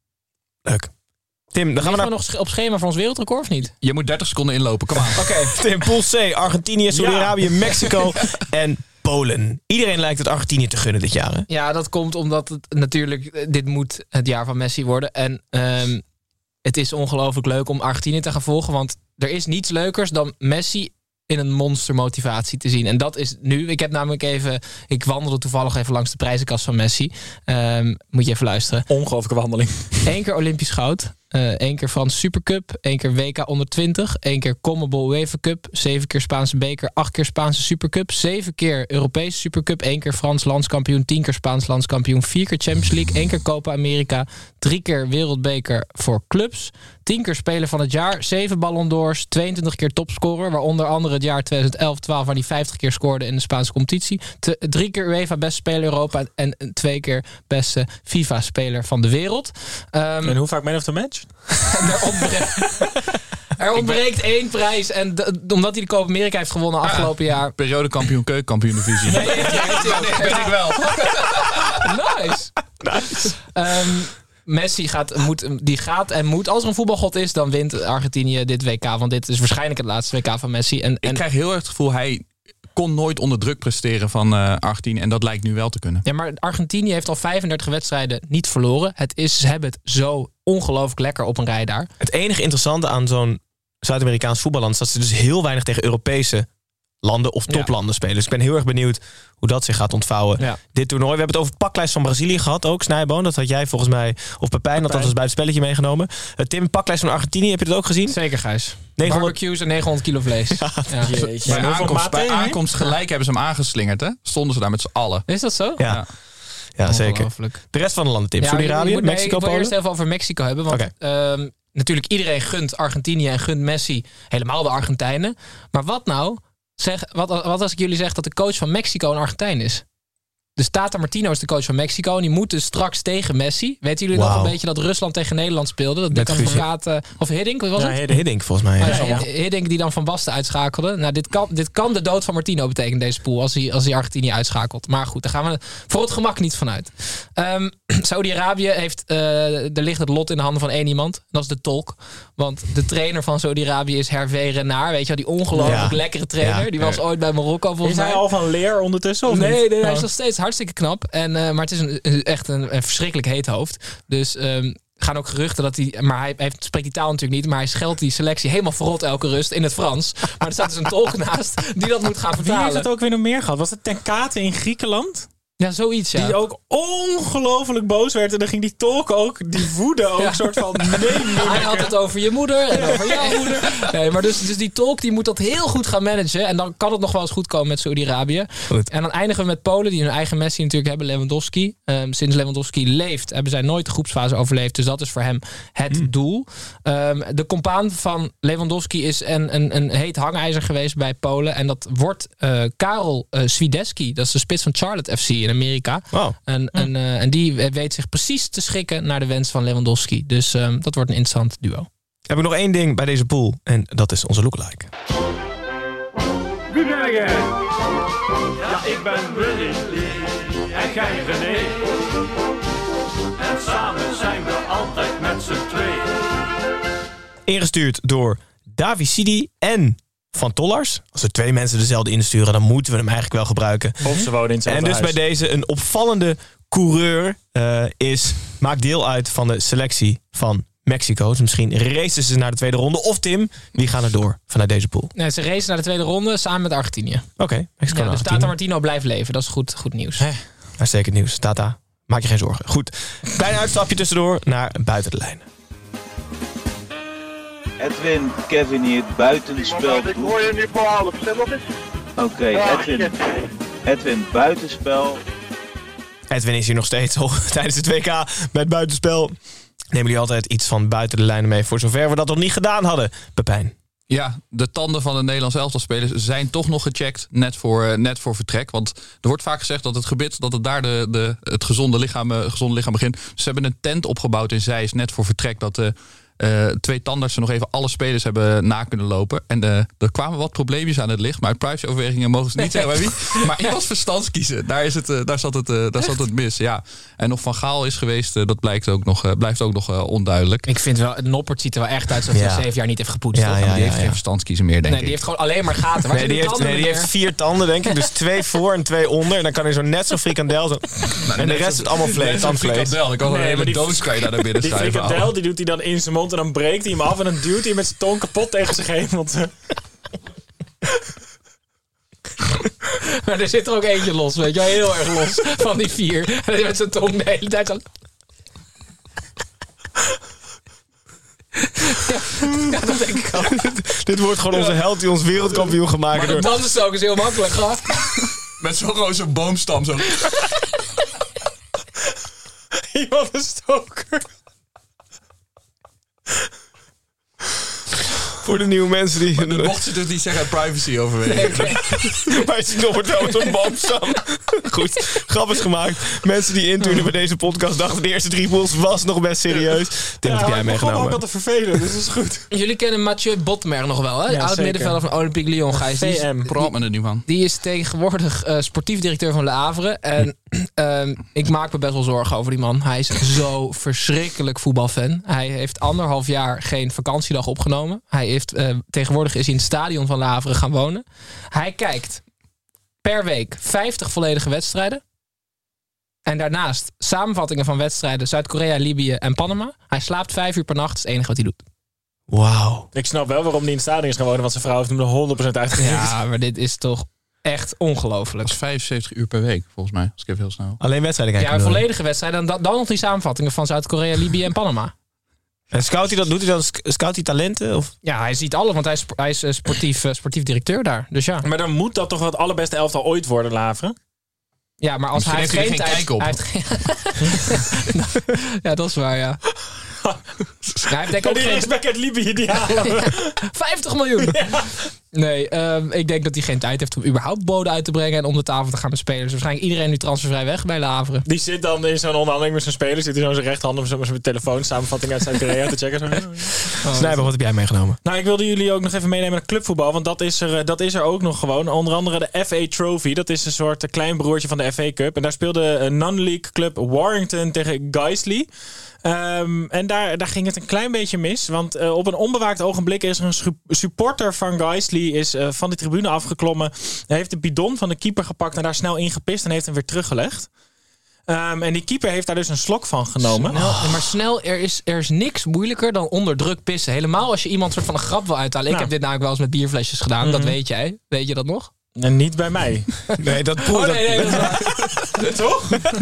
Speaker 3: Leuk. Tim, dan gaan we naar...
Speaker 5: nog op schema voor ons wereldrecord of niet?
Speaker 4: Je moet dertig seconden inlopen, kom aan.
Speaker 3: Oké, okay, Tim, Pool C, Argentinië, Saudi-Arabië, ja. Mexico en Polen. Iedereen lijkt het Argentinië te gunnen dit jaar, hè?
Speaker 5: Ja, dat komt omdat het natuurlijk... Dit moet het jaar van Messi worden. En um, het is ongelooflijk leuk om Argentinië te gaan volgen. Want er is niets leukers dan Messi in een monstermotivatie te zien. En dat is nu... Ik heb namelijk even... Ik wandelde toevallig even langs de prijzenkast van Messi. Um, moet je even luisteren.
Speaker 6: Ongelooflijke wandeling.
Speaker 5: Eén keer Olympisch goud. Uh, één keer Frans Supercup, één keer W K onder twintig, één keer CONMEBOL UEFA Cup, zeven keer Spaanse beker, acht keer Spaanse Supercup, zeven keer Europese Supercup, één keer Frans landskampioen, tien keer Spaans landskampioen, vier keer Champions League, één keer Copa America, drie keer wereldbeker voor clubs, tien keer Speler van het jaar, zeven Ballon d'Ors, tweeëntwintig keer topscorer, waaronder andere het jaar tweeduizend elf twaalf waar hij vijftig keer scoorde in de Spaanse competitie, Te, drie keer UEFA beste speler Europa en, en twee keer beste FIFA speler van de wereld. Um,
Speaker 6: en hoe vaak man of the match?
Speaker 5: er ontbreekt, er ontbreekt één prijs. En de, omdat hij de Copa America heeft gewonnen afgelopen
Speaker 4: ah,
Speaker 5: jaar.
Speaker 4: Periodekampioen, keukenkampioen divisie.
Speaker 5: Nee, nee, nee, ben ik wel. Nice. nice. Um, Messi gaat, moet, die gaat en moet. Als er een voetbalgod is, dan wint Argentinië dit W K. Want dit is waarschijnlijk het laatste W K van Messi. En, en...
Speaker 4: Ik krijg heel erg het gevoel, hij kon nooit onder druk presteren van uh, Argentinië. En dat lijkt nu wel te kunnen.
Speaker 5: Ja, maar Argentinië heeft al vijfendertig wedstrijden niet verloren. Het is, ze hebben het zo ongelooflijk lekker op een rij daar.
Speaker 3: Het enige interessante aan zo'n Zuid-Amerikaans voetballand is dat ze dus heel weinig tegen Europese landen of toplanden ja. spelen. Dus ik ben heel erg benieuwd hoe dat zich gaat ontvouwen. Ja. Dit toernooi. We hebben het over het paklijst van Brazilië gehad ook. Snijboon, dat had jij volgens mij, of Pepijn, dat had als buitenspelletje meegenomen. Uh, Tim, paklijst van Argentinië, heb je dat ook gezien?
Speaker 5: Zeker, Gijs.
Speaker 3: negenhonderd
Speaker 5: Barbecues en negenhonderd kilo vlees. Ja.
Speaker 4: Ja. Bij, aankomst, bij aankomst gelijk hebben ze hem aangeslingerd, hè? Stonden ze daar met z'n allen.
Speaker 5: Is dat zo?
Speaker 3: Ja. Ja. Ja, zeker. De rest van de landen, Tim. Ja, Saudi-Arabië, Mexico, nee,
Speaker 5: ik wil
Speaker 3: Polen?
Speaker 5: eerst even over Mexico hebben. Want okay. um, natuurlijk iedereen gunt Argentinië en gunt Messi. Helemaal de Argentijnen. Maar wat nou... Zeg, wat, wat als ik jullie zeg dat de coach van Mexico een Argentijn is? Dus Tata Martino is de coach van Mexico. En die moet dus straks tegen Messi. Weten jullie wow. nog een beetje dat Rusland tegen Nederland speelde? Dat Dick Advocaat... Uh, of Hiddink, wat was
Speaker 3: ja,
Speaker 5: het?
Speaker 3: Hiddink, Hiddink volgens mij. Ja.
Speaker 5: Oh, ja, Hiddink die dan Van Basten uitschakelde. Nou, dit kan, dit kan de dood van Martino betekenen, deze pool. Als hij, als hij Argentinië uitschakelt. Maar goed, daar gaan we voor het gemak niet vanuit. Um, Saudi-Arabië heeft... Uh, er ligt het lot in de handen van één iemand. Dat is de tolk. Want de trainer van Saudi-Arabië is Hervé Renard. Weet je wel, die ongelooflijk ja. lekkere trainer. Ja. Die was ja. ooit bij Marokko volgens mij.
Speaker 6: Is hij al van leer ondertussen? Of
Speaker 5: nee,
Speaker 6: niet?
Speaker 5: nee, hij is nog steeds hartstikke knap. En, uh, maar het is een, echt een, een verschrikkelijk heet hoofd. Dus... Um, gaan ook geruchten dat hij... Maar hij heeft, spreekt die taal natuurlijk niet. Maar hij scheldt die selectie helemaal verrot elke rust in het Frans. Maar er staat dus een tolk naast die dat moet gaan vertalen.
Speaker 6: Wie heeft het ook weer nog meer gehad? Was het Ten Kate in Griekenland?
Speaker 5: Ja, zoiets, ja.
Speaker 6: Die ook ongelooflijk boos werd. En dan ging die tolk ook, die woede ook, ja. soort van... Nee, nee,
Speaker 5: hij had het over je moeder en over jouw moeder. Nee, maar dus, dus die tolk die moet dat heel goed gaan managen. En dan kan het nog wel eens goed komen met Saudi-Arabië. En dan eindigen we met Polen, die hun eigen Messi natuurlijk hebben. Lewandowski. Um, sinds Lewandowski leeft, hebben zij nooit de groepsfase overleefd. Dus dat is voor hem het mm. doel. Um, de compaan van Lewandowski is een, een, een heet hangijzer geweest bij Polen. En dat wordt uh, Karol uh, Swiderski. Dat is de spits van Charlotte F C in Amerika. Wow. En, mm. en, uh, en die weet zich precies te schikken naar de wens van Lewandowski. Dus um, dat wordt een interessant duo.
Speaker 3: Heb ik nog één ding bij deze pool. En dat is onze lookalike.
Speaker 7: Wie ben jij? Ja, ik ben Willy. En jij René. En samen zijn we altijd met z'n twee.
Speaker 3: Ingestuurd door Davisidi en Van Tollars. Als er twee mensen dezelfde insturen, dan moeten we hem eigenlijk wel gebruiken.
Speaker 6: Of ze wonen in hetzelfde
Speaker 3: En dus
Speaker 6: huis.
Speaker 3: bij deze een opvallende coureur uh, is, maakt deel uit van de selectie van Mexico. Dus misschien racen ze naar de tweede ronde. Of Tim, wie gaan er door vanuit deze pool?
Speaker 5: Nee, ze racen naar de tweede ronde samen met Argentinië.
Speaker 3: Oké, okay, Mexico
Speaker 5: ja, dus Tata Martino blijft leven. Dat is goed, goed nieuws.
Speaker 3: Hey, uitstekend nieuws. Tata, maak je geen zorgen. Goed, klein uitstapje tussendoor naar buiten de lijnen.
Speaker 8: Edwin, Kevin hier, buitenspel.
Speaker 9: Ik hoor je nu voor half, stem op eens.
Speaker 8: Oké, okay, Edwin. Edwin, buitenspel.
Speaker 3: Edwin is hier nog steeds oh, tijdens het W K met buitenspel. Nemen jullie altijd iets van buiten de lijnen mee, voor zover we dat nog niet gedaan hadden, Pepijn?
Speaker 4: Ja, de tanden van de Nederlandse elftalspelers zijn toch nog gecheckt net voor, uh, net voor vertrek. Want er wordt vaak gezegd dat het gebit, dat het daar de, de, het gezonde lichaam, uh, gezonde lichaam begint. Dus ze hebben een tent opgebouwd in Zeist net voor vertrek. Dat uh, uh, twee tandartsen nog even alle spelers hebben na kunnen lopen. En uh, er kwamen wat probleempjes aan het licht. Maar uit privacyoverwegingen mogen ze niet zeggen bij wie. Maar iemand verstands kiezen, daar, is het, uh, daar, zat het, uh, daar zat het mis. Ja. En of Van Gaal is geweest, uh, dat blijkt ook nog, uh, blijft ook nog uh, onduidelijk.
Speaker 5: Ik vind wel, Noppert ziet er wel echt uit alsof hij ja. zeven jaar niet heeft gepoetst.
Speaker 3: Ja, ja, ja,
Speaker 4: die heeft
Speaker 3: ja.
Speaker 4: geen verstandskiezen meer, denk
Speaker 5: nee,
Speaker 4: ik.
Speaker 5: Die heeft gewoon alleen maar gaten. Waar
Speaker 3: nee, die, heeft, nee, die heeft vier tanden, denk ik. Dus twee voor en twee onder. En dan kan hij zo net zo'n frikandel. Zo. Nou, en de rest is het allemaal vlees. Tandvlees.
Speaker 4: Ik kan nee, een hele doos kan je daar naar binnen
Speaker 6: die
Speaker 4: schrijven.
Speaker 6: Die frikandel die doet hij dan in zijn mond en dan breekt hij hem af. En dan duwt hij met zijn tong kapot tegen zich heen. Want, uh...
Speaker 5: maar er zit er ook eentje los, weet je wel. Heel erg los van die vier. En met zijn tong de hele tijd zo... Ja, dat denk ik ook.
Speaker 3: Dit wordt gewoon onze held die ons wereldkampioen gaat maken.
Speaker 5: Maar de
Speaker 3: Door...
Speaker 5: bandenstok is heel makkelijk, gast.
Speaker 4: Met zo'n roze boomstam. Zo.
Speaker 6: Iemand een stoker.
Speaker 3: Voor de nieuwe mensen die...
Speaker 4: Maar mocht ze dus niet zeggen uit privacy overwegen.
Speaker 3: Nee. Maar is nog verteld zo'n boomstam. Goed, grap is gemaakt. Mensen die intunen bij deze podcast dachten de eerste drie pools was nog best serieus. Tim,
Speaker 6: Ja,
Speaker 3: heb jij
Speaker 6: maar ik begon
Speaker 3: meegenomen?
Speaker 6: ook al te vervelen, dus dat is goed.
Speaker 5: Jullie kennen Mathieu Bottemer nog wel, hè?
Speaker 6: Ja,
Speaker 5: Oud
Speaker 6: zeker.
Speaker 5: middenvelder van Olympique Lyon, Gijs. Die is-
Speaker 6: V M.
Speaker 4: Praat me er niet van.
Speaker 5: Die is tegenwoordig uh, sportief directeur van Le Havre. En uh, ik maak me best wel zorgen over die man. Hij is zo verschrikkelijk voetbalfan. Hij heeft anderhalf jaar geen vakantiedag opgenomen. Hij heeft, uh, tegenwoordig is hij in het stadion van Le Havre gaan wonen. Hij kijkt per week vijftig volledige wedstrijden. En daarnaast samenvattingen van wedstrijden Zuid-Korea, Libië en Panama. Hij slaapt vijf uur per nacht. Dat is het enige wat hij doet.
Speaker 3: Wauw.
Speaker 6: Ik snap wel waarom hij in het stadion is gaan wonen, want zijn vrouw heeft hem er honderd procent uitgegeven.
Speaker 5: Ja, maar dit is toch echt ongelooflijk.
Speaker 4: Dat is vijfenzeventig uur per week, volgens mij. Als ik even heel snel.
Speaker 3: Alleen wedstrijden kijken.
Speaker 5: Ja, een
Speaker 3: bedoel je?
Speaker 5: volledige wedstrijden. En dan, dan nog die samenvattingen van Zuid-Korea, Libië en Panama.
Speaker 3: En scout hij dat? Doet hij dan? Scout hij talenten? Of?
Speaker 5: Ja, hij ziet alles, want hij is, hij is uh, sportief, uh, sportief directeur daar. Dus ja.
Speaker 6: Maar dan moet dat toch wel het allerbeste elftal ooit worden, Laveren?
Speaker 5: Ja, maar als
Speaker 4: Misschien
Speaker 5: hij
Speaker 4: heeft hij
Speaker 5: geen
Speaker 4: er geen
Speaker 5: tijd...
Speaker 4: kijk op.
Speaker 5: Hij heeft geen- ja, dat is waar, ja. Hij heeft denk ik
Speaker 6: Kan
Speaker 5: ook
Speaker 6: die
Speaker 5: geen...
Speaker 6: rechtsback uit Libië die halen?
Speaker 5: vijftig miljoen! Nee, um, ik denk dat hij geen tijd heeft om überhaupt boden uit te brengen en om de tafel te gaan met spelers. Waarschijnlijk iedereen nu transfervrij weg bij Le Havre.
Speaker 6: Die zit dan in zo'n onderhandeling met zijn speler. Zit hij zo in zijn rechthand om zo met zijn telefoon samenvatting uit Zuid-Korea te checken. Zo.
Speaker 3: Snijber, wat heb jij meegenomen?
Speaker 6: Nou, ik wilde jullie ook nog even meenemen naar clubvoetbal. Want dat is er, dat is er ook nog gewoon. Onder andere de F A Trophy. Dat is een soort klein broertje van de F A Cup. En daar speelde een non-league club Warrington tegen Guiseley. Um, en daar, daar ging het een klein beetje mis. Want uh, op een onbewaakt ogenblik is er een su- supporter van Guiseley is, uh, van de tribune afgeklommen. Hij heeft de bidon van de keeper gepakt en daar snel ingepist en heeft hem weer teruggelegd. Um, en die keeper heeft daar dus een slok van genomen.
Speaker 5: Snel, maar snel, er is, er is niks moeilijker dan onder druk pissen. Helemaal als je iemand soort van een grap wil uithalen. Ik
Speaker 6: Nou.
Speaker 5: heb dit namelijk wel eens met bierflesjes gedaan. Mm-hmm. Dat weet jij. Weet je dat nog?
Speaker 6: En niet bij mij.
Speaker 3: Nee, dat poel.
Speaker 5: Oh, nee, nee, dat is waar.
Speaker 6: Toch?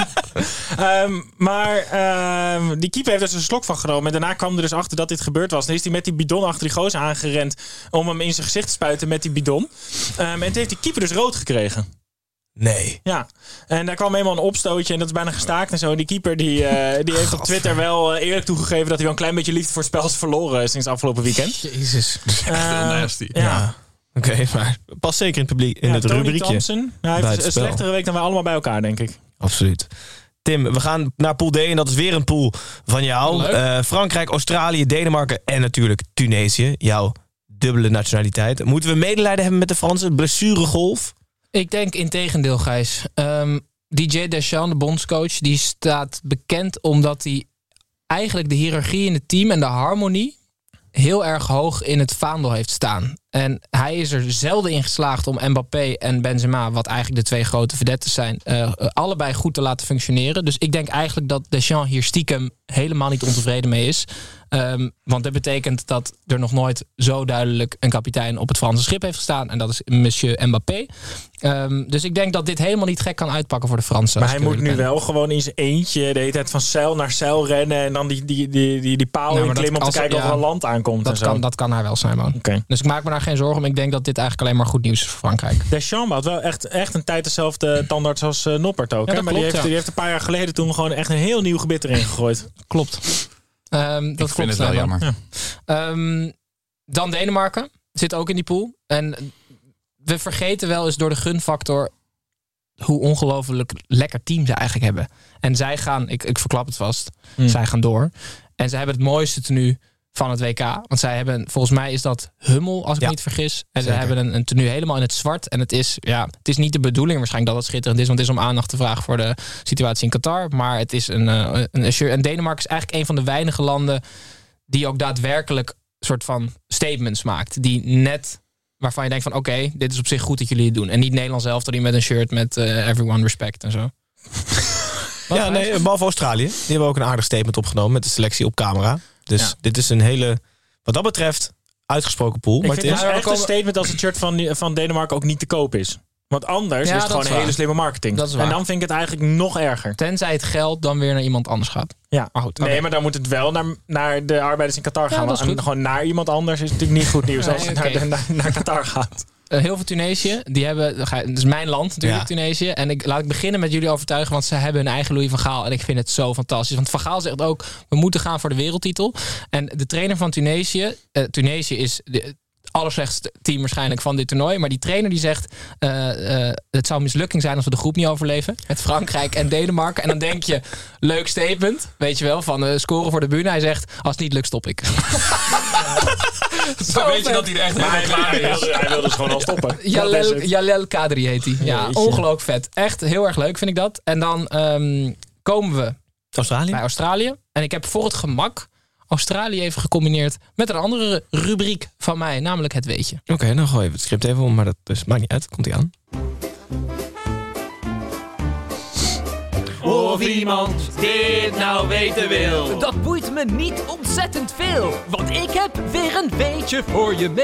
Speaker 6: um, maar um, die keeper heeft dus een slok van genomen. En daarna kwam er dus achter dat dit gebeurd was. Dan is hij met die bidon achter die gozer aangerend om hem in zijn gezicht te spuiten met die bidon. Um, en toen heeft die keeper dus rood gekregen.
Speaker 3: Nee.
Speaker 6: Ja, en daar kwam helemaal een opstootje en dat is bijna gestaakt en zo. Die keeper die, uh, die heeft op Twitter wel uh, eerlijk toegegeven dat hij wel een klein beetje liefde voor het spel is verloren sinds afgelopen weekend.
Speaker 5: Jezus.
Speaker 6: Uh,
Speaker 4: nasty.
Speaker 6: Ja.
Speaker 3: Ja. Oké, okay, maar pas zeker in het publiek, in
Speaker 6: ja,
Speaker 3: het
Speaker 6: Tony
Speaker 3: rubriekje.
Speaker 6: Thompson, hij heeft een
Speaker 3: Buitenspel.
Speaker 6: slechtere week dan wij allemaal bij elkaar, denk ik.
Speaker 3: Absoluut. Tim, we gaan naar Pool D en dat is weer een pool van jou. Uh, Frankrijk, Australië, Denemarken en natuurlijk Tunesië. Jouw dubbele nationaliteit. Moeten we medelijden hebben met de Fransen? Blessuregolf?
Speaker 5: Ik denk in tegendeel, Gijs. Um, D J Deschamps, de bondscoach, die staat bekend omdat hij eigenlijk de hiërarchie in het team en de harmonie heel erg hoog in het vaandel heeft staan. En hij is er zelden in geslaagd om Mbappé en Benzema, wat eigenlijk de twee grote vedettes zijn, uh, allebei goed te laten functioneren. Dus ik denk eigenlijk dat Deschamps hier stiekem helemaal niet ontevreden mee is. Um, want dat betekent dat er nog nooit zo duidelijk een kapitein op het Franse schip heeft gestaan. En dat is monsieur Mbappé. Um, dus ik denk dat dit helemaal niet gek kan uitpakken voor de Fransen.
Speaker 6: Maar hij moet nu wel gewoon in zijn eentje de hele tijd van zeil naar zeil rennen en dan die, die, die, die, die paal
Speaker 5: Ja,
Speaker 6: in klimmen om te
Speaker 5: als-
Speaker 6: kijken
Speaker 5: ja,
Speaker 6: of er een land aankomt.
Speaker 5: Dat
Speaker 6: en zo.
Speaker 5: kan, dat kan hij wel, Simon.
Speaker 6: Okay.
Speaker 5: Dus ik maak me daar geen zorgen om. Ik denk dat dit eigenlijk alleen maar goed nieuws is voor Frankrijk.
Speaker 6: Deschamps had wel echt, echt een tijd dezelfde tandarts als uh, Noppert ook.
Speaker 5: Ja,
Speaker 6: hè?
Speaker 5: dat
Speaker 6: Maar
Speaker 5: klopt,
Speaker 6: die, heeft,
Speaker 5: ja.
Speaker 6: die heeft een paar jaar geleden toen gewoon echt een heel nieuw gebit erin gegooid.
Speaker 5: Klopt. Um, dat
Speaker 4: ik
Speaker 5: klopt,
Speaker 4: vind het wel
Speaker 5: Simon.
Speaker 4: jammer.
Speaker 6: Ja.
Speaker 5: Um, dan Denemarken. Zit ook in die pool. En we vergeten wel eens door de gunfactor hoe ongelooflijk lekker team ze eigenlijk hebben. En zij gaan, ik, ik verklap het vast,
Speaker 6: Hmm.
Speaker 5: zij gaan door. En zij hebben het mooiste tenue van het W K. Want zij hebben, volgens mij is dat Hummel, als ik
Speaker 3: Ja,
Speaker 5: me niet vergis. En ze
Speaker 3: zeker.
Speaker 5: hebben een, een tenue helemaal in het zwart. En het is, ja, het is niet de bedoeling waarschijnlijk dat het schitterend is. Want het is om aandacht te vragen voor de situatie in Qatar. Maar het is een, uh, een, een shirt. En Denemarken is eigenlijk een van de weinige landen die ook daadwerkelijk soort van statements maakt. Die net, waarvan je denkt van oké, okay, dit is op zich goed dat jullie het doen. En niet Nederland zelf, dat die met een shirt met uh, everyone respect en zo.
Speaker 3: Ja, nee, behalve Australië. Die hebben ook een aardig statement opgenomen met de selectie op camera. Dus
Speaker 6: Ja.
Speaker 3: dit is een hele, wat dat betreft, uitgesproken pool.
Speaker 6: Ik
Speaker 3: Maar
Speaker 6: vind
Speaker 3: het
Speaker 6: het
Speaker 3: is,
Speaker 6: echt een statement als het shirt van, van Denemarken ook niet te koop is. Want anders
Speaker 5: Ja,
Speaker 6: is het
Speaker 5: dat
Speaker 6: gewoon
Speaker 5: is
Speaker 6: een
Speaker 5: waar.
Speaker 6: hele slimme marketing.
Speaker 5: Dat is waar.
Speaker 6: En dan vind ik het eigenlijk nog erger.
Speaker 5: Tenzij het geld dan weer naar iemand anders gaat.
Speaker 6: Ja.
Speaker 5: Maar goed,
Speaker 6: Nee,
Speaker 5: oké.
Speaker 6: maar dan moet het wel naar, naar de arbeiders in Qatar gaan.
Speaker 5: dat is
Speaker 6: en
Speaker 5: goed.
Speaker 6: gewoon naar iemand anders is natuurlijk niet goed nieuws
Speaker 5: Nee,
Speaker 6: als het
Speaker 5: oké.
Speaker 6: naar, de- naar, naar Qatar gaat.
Speaker 5: Uh, heel veel Tunesië, die hebben, dat ga- dat is mijn land natuurlijk,
Speaker 3: Ja.
Speaker 5: Tunesië. En ik, laat ik beginnen met jullie overtuigen, want ze hebben hun eigen Louis van Gaal. En ik vind het zo fantastisch. Want Van Gaal zegt ook, we moeten gaan voor de wereldtitel. En de trainer van Tunesië, uh, Tunesië is de allerslechtste team waarschijnlijk van dit toernooi. Maar die trainer die zegt, uh, uh, het zou een mislukking zijn als we de groep niet overleven. Met Frankrijk en Denemarken. En dan denk je, leuk statement, weet je wel, van uh, scoren voor de bühne. Hij zegt, als het niet lukt, stop ik.
Speaker 4: Zo weet je dat hij er echt
Speaker 6: Maar hij,
Speaker 4: helemaal klaar
Speaker 6: hij,
Speaker 4: is.
Speaker 6: wilde, hij wilde dus gewoon al stoppen. Dat is
Speaker 5: Jalel,
Speaker 6: het.
Speaker 5: Jalel Kadri heet hij. Ja,
Speaker 6: Jeetje.
Speaker 5: ongelooflijk vet. Echt heel erg leuk vind ik dat. En dan ehm, komen we
Speaker 3: Australië?
Speaker 5: bij Australië. En ik heb voor het gemak Australië even gecombineerd met een andere rubriek van mij. Namelijk het weetje.
Speaker 3: Oké, okay, dan gooi je het script even om, maar dat dus, maakt niet uit. Komt ie aan.
Speaker 7: Of iemand dit nou weten wil.
Speaker 10: Dat boeit me niet ontzettend veel, want ik heb weer een weetje voor je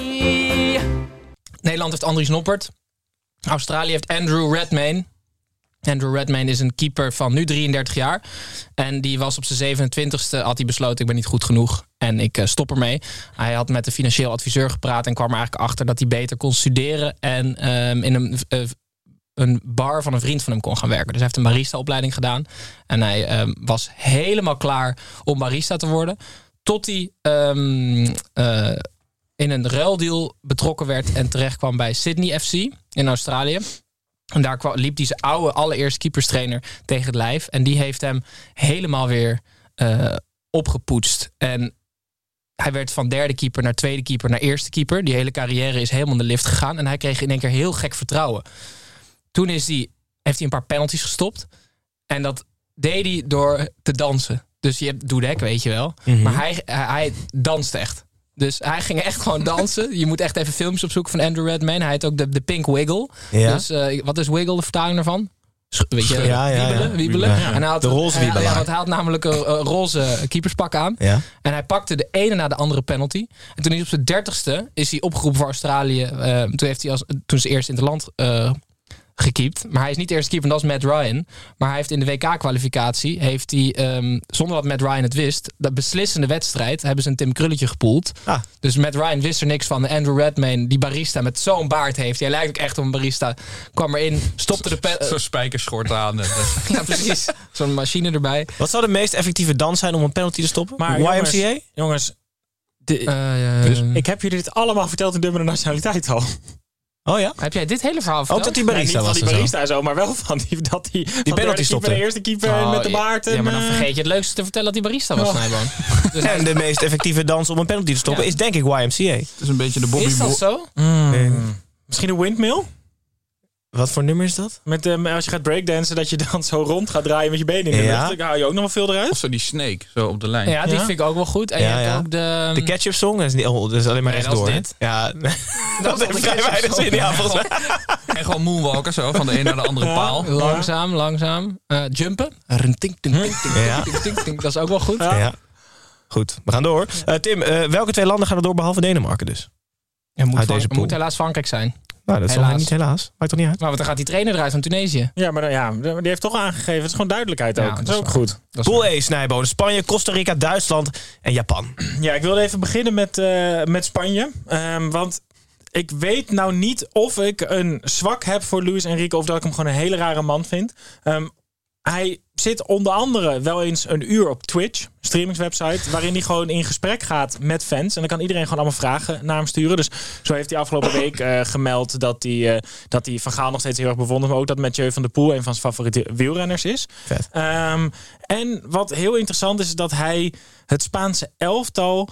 Speaker 10: mee.
Speaker 5: Nederland heeft Andries Noppert. Australië heeft Andrew Redmayne. Andrew Redmayne is een keeper van nu drieëndertig jaar. En die was op zijn zevenentwintigste, had hij besloten, ik ben niet goed genoeg. En ik uh, stop ermee. Hij had met de financieel adviseur gepraat en kwam er eigenlijk achter dat hij beter kon studeren. En um, in een, uh, een bar van een vriend van hem kon gaan werken. Dus hij heeft een barista-opleiding gedaan. En hij um, was helemaal klaar om barista te worden. Tot hij um, uh, in een ruildeal betrokken werd en terecht kwam bij Sydney F C in Australië. En daar kwam, liep hij zijn oude allereerste keeperstrainer tegen het lijf. En die heeft hem helemaal weer uh, opgepoetst. En hij werd van derde keeper naar tweede keeper naar eerste keeper. Die hele carrière is helemaal in de lift gegaan. En hij kreeg in één keer heel gek vertrouwen. Toen is hij, heeft hij een paar penalties gestopt. En dat deed hij door te dansen. Dus je hebt Dudek, weet je wel. Mm-hmm. Maar hij, hij, hij danste echt. Dus hij ging echt gewoon dansen. Je moet echt even filmpjes opzoeken van Andrew Redmayne. Hij had ook de, de Pink Wiggle. Ja. Dus uh, wat is Wiggle, de vertaling daarvan? Sch- weet je,
Speaker 3: ja, ja,
Speaker 5: wiebelen,
Speaker 3: ja.
Speaker 5: wiebelen.
Speaker 3: Ja, ja.
Speaker 5: En hij had,
Speaker 3: de roze wiebelaar.
Speaker 5: Ja, want hij had namelijk een, een roze keeperspak aan.
Speaker 3: Ja.
Speaker 5: En hij pakte de ene na de andere penalty. En toen is op zijn dertigste is hij opgeroepen voor Australië. Uh, toen heeft hij als toen ze eerst in het land uh, gekiept. Maar hij is niet de eerste keeper, dat is Matt Ryan. Maar hij heeft in de W K-kwalificatie, heeft hij, um, zonder dat Matt Ryan het wist, de beslissende wedstrijd, hebben ze een Tim Krulletje gepoeld. Ah. Dus Matt Ryan wist er niks van. Andrew Redmayne, die barista met zo'n baard heeft, hij lijkt ook echt op een barista, kwam erin, stopte de... Pe-
Speaker 4: Zo'n spijkerschort aan.
Speaker 5: Ja, precies. Zo'n machine erbij.
Speaker 3: Wat zou de meest effectieve dans zijn om een penalty te stoppen?
Speaker 6: Maar
Speaker 3: Y M C A?
Speaker 6: jongens, jongens de,
Speaker 5: uh,
Speaker 6: dus, ik heb jullie dit allemaal verteld in dubbele nationaliteit al.
Speaker 3: Oh ja?
Speaker 5: Heb jij dit hele verhaal verteld?
Speaker 3: Ook dat die barista
Speaker 6: nee,
Speaker 3: was
Speaker 6: niet van die barista
Speaker 3: zo.
Speaker 6: zo, maar wel van die dat die,
Speaker 3: die penalty stopte.
Speaker 6: De eerste keeper
Speaker 5: oh,
Speaker 6: met de baard. En,
Speaker 5: ja, maar dan
Speaker 6: uh,
Speaker 5: vergeet je het leukste te vertellen dat die barista was,
Speaker 6: oh.
Speaker 5: Snijboon. Dus
Speaker 3: en de meest effectieve dans om een penalty te stoppen ja. is denk ik Y M C A.
Speaker 4: Het is een beetje de Bobby
Speaker 5: Is dat
Speaker 4: Bo-
Speaker 5: zo?
Speaker 6: Mm. Nee. Misschien een windmill?
Speaker 3: Wat voor nummer is dat?
Speaker 6: Met, um, als je gaat breakdansen, dat je dan zo rond gaat draaien met je benen in de
Speaker 3: ja.
Speaker 6: lucht. Dan haal je ook nog wel veel eruit.
Speaker 4: Of zo die snake, zo op de lijn.
Speaker 5: Ja, die
Speaker 6: ja?
Speaker 5: vind ik ook wel goed. En
Speaker 3: ja,
Speaker 5: je hebt
Speaker 3: ja.
Speaker 5: ook de...
Speaker 3: De ketchup song, dat is, niet, oh, dat is alleen maar
Speaker 5: nee,
Speaker 3: rechtdoor.
Speaker 5: Dit.
Speaker 3: Ja,
Speaker 5: dat,
Speaker 3: dat heeft vrij weinig zin. Ja, volgens mij.
Speaker 4: En gewoon moonwalken zo, van de een naar de andere
Speaker 6: ja.
Speaker 4: paal.
Speaker 5: Langzaam, langzaam. Uh, jumpen.
Speaker 3: Ja.
Speaker 5: Dat is ook wel goed.
Speaker 3: Ja. Ja. Goed, we gaan door. Uh, Tim, uh, welke twee landen gaan er door behalve Denemarken dus?
Speaker 5: Er moet,
Speaker 3: Uit
Speaker 5: van,
Speaker 3: deze
Speaker 5: er moet helaas Frankrijk zijn.
Speaker 3: Nou, dat is
Speaker 5: helaas.
Speaker 3: toch niet helaas. Maakt toch niet uit?
Speaker 5: Maar want dan gaat die trainer eruit van Tunesië.
Speaker 6: Ja, maar dan, ja, die heeft toch aangegeven. Het is gewoon duidelijkheid ook.
Speaker 5: Ja,
Speaker 6: dat is
Speaker 5: dat
Speaker 6: ook
Speaker 5: is
Speaker 6: goed.
Speaker 3: Pool A, Snijboon. Spanje, Costa Rica, Duitsland en Japan.
Speaker 6: Ja, ik wilde even beginnen met, uh, met Spanje. Um, want ik weet nou niet of ik een zwak heb voor Luis Enrique of dat ik hem gewoon een hele rare man vind. Um, hij zit onder andere wel eens een uur op Twitch, streamingswebsite, waarin hij gewoon in gesprek gaat met fans. En dan kan iedereen gewoon allemaal vragen naar hem sturen. Dus zo heeft hij afgelopen week uh, gemeld dat hij, uh, dat hij Van Gaal nog steeds heel erg bewondert. Maar ook dat Mathieu van der Poel een van zijn favoriete wielrenners is.
Speaker 3: Vet.
Speaker 6: Um, en wat heel interessant is, is dat hij het Spaanse elftal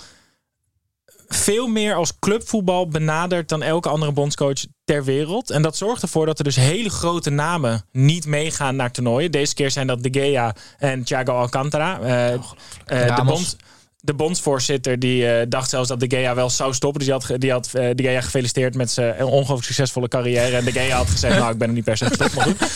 Speaker 6: veel meer als clubvoetbal benadert dan elke andere bondscoach ter wereld. En dat zorgt ervoor dat er dus hele grote namen niet meegaan naar toernooien. Deze keer zijn dat De Gea en Thiago Alcantara. Uh, uh, de, bond, de bondsvoorzitter die uh, dacht zelfs dat De Gea wel zou stoppen. Dus die had, die had uh, De Gea gefeliciteerd met zijn ongelooflijk succesvolle carrière. En De Gea had gezegd, nou, ik ben er niet per se gestopt, maar goed.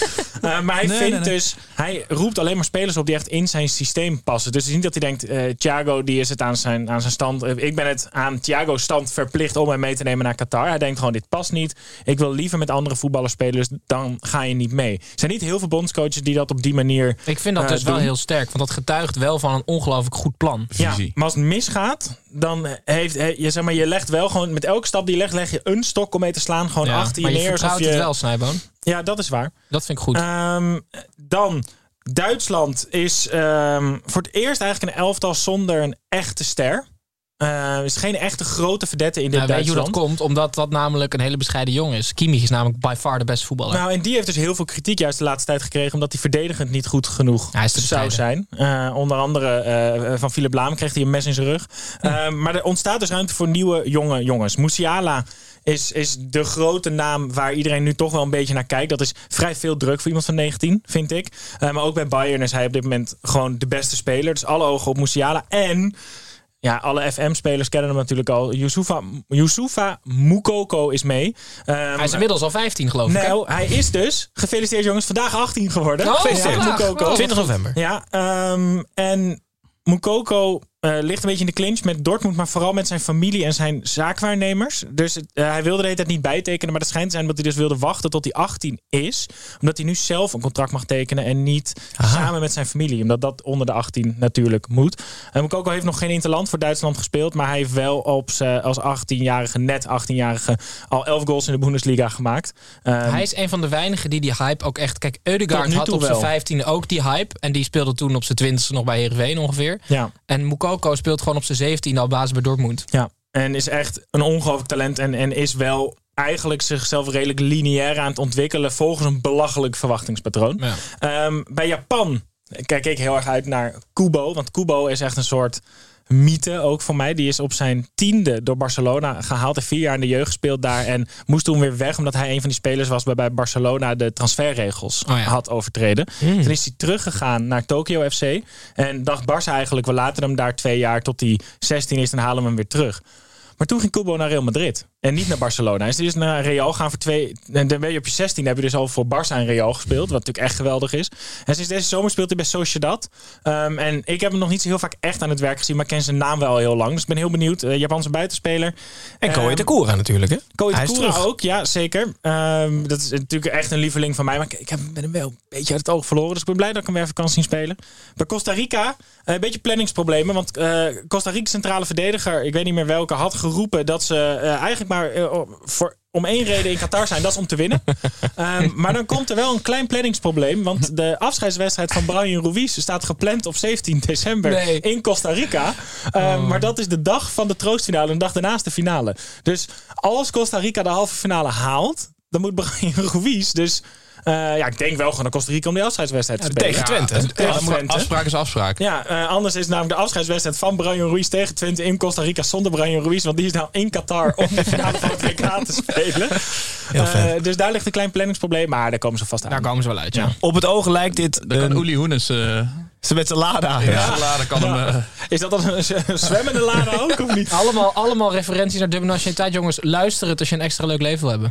Speaker 6: Uh, maar hij
Speaker 4: Nee,
Speaker 6: vindt
Speaker 4: nee, nee.
Speaker 6: dus... Hij roept alleen maar spelers op die echt in zijn systeem passen. Dus het is niet dat hij denkt... Uh, Thiago die is het aan zijn, aan zijn stand... Uh, ik ben het aan Thiago's stand verplicht om hem mee te nemen naar Qatar. Hij denkt gewoon, dit past niet. Ik wil liever met andere voetballers spelen. Dus dan ga je niet mee. Er zijn niet heel veel bondscoaches die dat op die manier
Speaker 5: Ik vind dat
Speaker 6: uh,
Speaker 5: dus wel
Speaker 6: doen.
Speaker 5: heel sterk. Want dat getuigt wel van een ongelooflijk goed plan.
Speaker 6: Ja,
Speaker 4: Visie.
Speaker 6: maar als het misgaat, dan heeft he, je, zeg maar, je legt wel gewoon... Met elke stap die je legt, leg je een stok om mee te slaan. Gewoon
Speaker 5: Ja,
Speaker 6: achter je
Speaker 5: maar je
Speaker 6: neer. alsof
Speaker 5: vertrouwt
Speaker 6: je,
Speaker 5: het wel, Snijboon.
Speaker 6: Ja, dat is waar.
Speaker 5: Dat vind ik goed.
Speaker 6: Um, dan, Duitsland is um, voor het eerst eigenlijk een elftal zonder een echte ster. Uh, er is geen echte grote verdette in dit
Speaker 5: Nou, weet je hoe
Speaker 6: Duitsland.
Speaker 5: dat komt? Omdat dat namelijk een hele bescheiden jongen is. Kimmich is namelijk by far de beste voetballer.
Speaker 6: Nou, en die heeft dus heel veel kritiek juist de laatste tijd gekregen... omdat hij verdedigend niet goed genoeg
Speaker 5: Hij is te
Speaker 6: zou zijn. Uh, onder andere uh, van Philip Laam kreeg hij een mes in zijn rug. Uh, maar er ontstaat dus ruimte voor nieuwe jonge jongens. Musiala is, is de grote naam waar iedereen nu toch wel een beetje naar kijkt. Dat is vrij veel druk voor iemand van negentien, vind ik. Uh, maar ook bij Bayern is hij op dit moment gewoon de beste speler. Dus alle ogen op Musiala. En... Ja, alle F M-spelers kennen hem natuurlijk al. Youssoufa, Youssoufa Moukoko is mee. Um,
Speaker 5: hij is inmiddels al vijftien, geloof ik.
Speaker 6: Nou, hij is dus, gefeliciteerd jongens, vandaag achttien geworden.
Speaker 5: Oh,
Speaker 6: Gefeliciteerd,
Speaker 5: vandaag.
Speaker 6: Moukoko.
Speaker 5: Oh.
Speaker 3: twintig november.
Speaker 6: Ja, um, en Moukoko uh, ligt een beetje in de clinch met Dortmund, maar vooral met zijn familie en zijn zaakwaarnemers. Dus het, uh, hij wilde de hele tijd niet bijtekenen, maar het schijnt te zijn dat hij dus wilde wachten tot hij achttien is. Omdat hij nu zelf een contract mag tekenen en niet
Speaker 3: Aha.
Speaker 6: samen met zijn familie. Omdat dat onder de achttien natuurlijk moet. Uh, Moukoko heeft nog geen interland voor Duitsland gespeeld, maar hij heeft wel op z'n, als achttienjarige, net achttienjarige, al elf goals in de Bundesliga gemaakt. Um,
Speaker 5: Hij is een van de weinigen die die hype ook echt... Kijk, Ødegaard
Speaker 6: Tot nu
Speaker 5: had
Speaker 6: toe
Speaker 5: op zijn
Speaker 6: wel.
Speaker 5: vijftiende ook die hype. En die speelde toen op zijn twintigste nog bij Heerenveen ongeveer.
Speaker 6: ja.
Speaker 5: En Moukoko speelt gewoon op zijn zeventiende al basis bij Dortmund.
Speaker 6: Ja, en is echt een ongelooflijk talent. En, en is wel eigenlijk zichzelf redelijk lineair aan het ontwikkelen volgens een belachelijk verwachtingspatroon.
Speaker 5: Ja.
Speaker 6: Um, bij Japan kijk ik heel erg uit naar Kubo. Want Kubo is echt een soort mythe ook voor mij. Die is op zijn tiende door Barcelona gehaald. Heeft vier jaar in de jeugd gespeeld daar. En moest toen weer weg omdat hij een van die spelers was waarbij Barcelona de transferregels
Speaker 5: Oh ja.
Speaker 6: had overtreden.
Speaker 3: Mm.
Speaker 6: Toen is hij teruggegaan naar Tokyo F C. En dacht Barça eigenlijk, we laten hem daar twee jaar tot hij zestien is. Dan halen we hem weer terug. Maar toen ging Kubo naar Real Madrid. En niet naar Barcelona. Hij is dus naar Real gaan voor twee... En dan ben je op je zestien heb je dus al voor Barça en Real gespeeld. Wat natuurlijk echt geweldig is. En sinds deze zomer speelt hij bij Sociedad. Um, en ik heb hem nog niet zo heel vaak echt aan het werk gezien. Maar ik ken zijn naam wel al heel lang. Dus ik ben heel benieuwd. Uh, Japanse buitenspeler.
Speaker 3: En Koei
Speaker 6: Um,
Speaker 3: Takura natuurlijk, hè?
Speaker 6: Koei
Speaker 3: Hij is
Speaker 6: Takura
Speaker 3: terug.
Speaker 6: ook, ja zeker. Um, dat is natuurlijk echt een lieveling van mij. Maar ik, ik heb, ben hem wel een beetje uit het oog verloren. Dus ik ben blij dat ik hem weer even kan zien spelen. Bij Costa Rica, uh, een beetje planningsproblemen. Want uh, Costa Rica centrale verdediger, ik weet niet meer welke, had geroepen dat ze uh, eigenlijk maar uh, voor... om één reden in Qatar zijn, dat is om te winnen. Um, maar dan komt er wel een klein planningsprobleem. Want de afscheidswedstrijd van Brian Ruiz staat gepland op zeventien december
Speaker 5: Nee.
Speaker 6: in Costa Rica. Um,
Speaker 5: Oh.
Speaker 6: Maar dat is de dag van de troostfinale en de dag daarnaast de finale. Dus als Costa Rica de halve finale haalt, dan moet Brian Ruiz dus... Uh, ja, ik denk wel gewoon naar Costa Rica om die afscheidswedstrijd te
Speaker 3: Ja,
Speaker 6: spelen.
Speaker 3: tegen Twente.
Speaker 6: Ja,
Speaker 3: Ja,
Speaker 6: tegen
Speaker 4: Afspraak,
Speaker 6: Twente.
Speaker 4: afspraak is afspraak.
Speaker 6: Ja, uh, anders is namelijk de afscheidswedstrijd van Brian Ruiz tegen Twente in Costa Rica zonder Brian Ruiz. Want die is nou in Qatar om de finale van het W K te spelen.
Speaker 3: Heel vet.
Speaker 6: Uh, dus daar ligt een klein planningsprobleem, maar daar komen ze vast aan.
Speaker 5: Daar komen ze wel uit, ja.
Speaker 3: Op het oog lijkt dit
Speaker 4: Dan kan
Speaker 3: een...
Speaker 4: Uli Hoeneß... Uh,
Speaker 3: Ze met zijn lada.
Speaker 4: ja.
Speaker 3: Ja.
Speaker 4: Laden kan hem... Uh,
Speaker 6: Is dat dan een, een zwemmende lade ook of niet?
Speaker 5: Allemaal, allemaal referenties naar dubbele nationaliteit, jongens. Luister het als je een extra leuk leven wil hebben.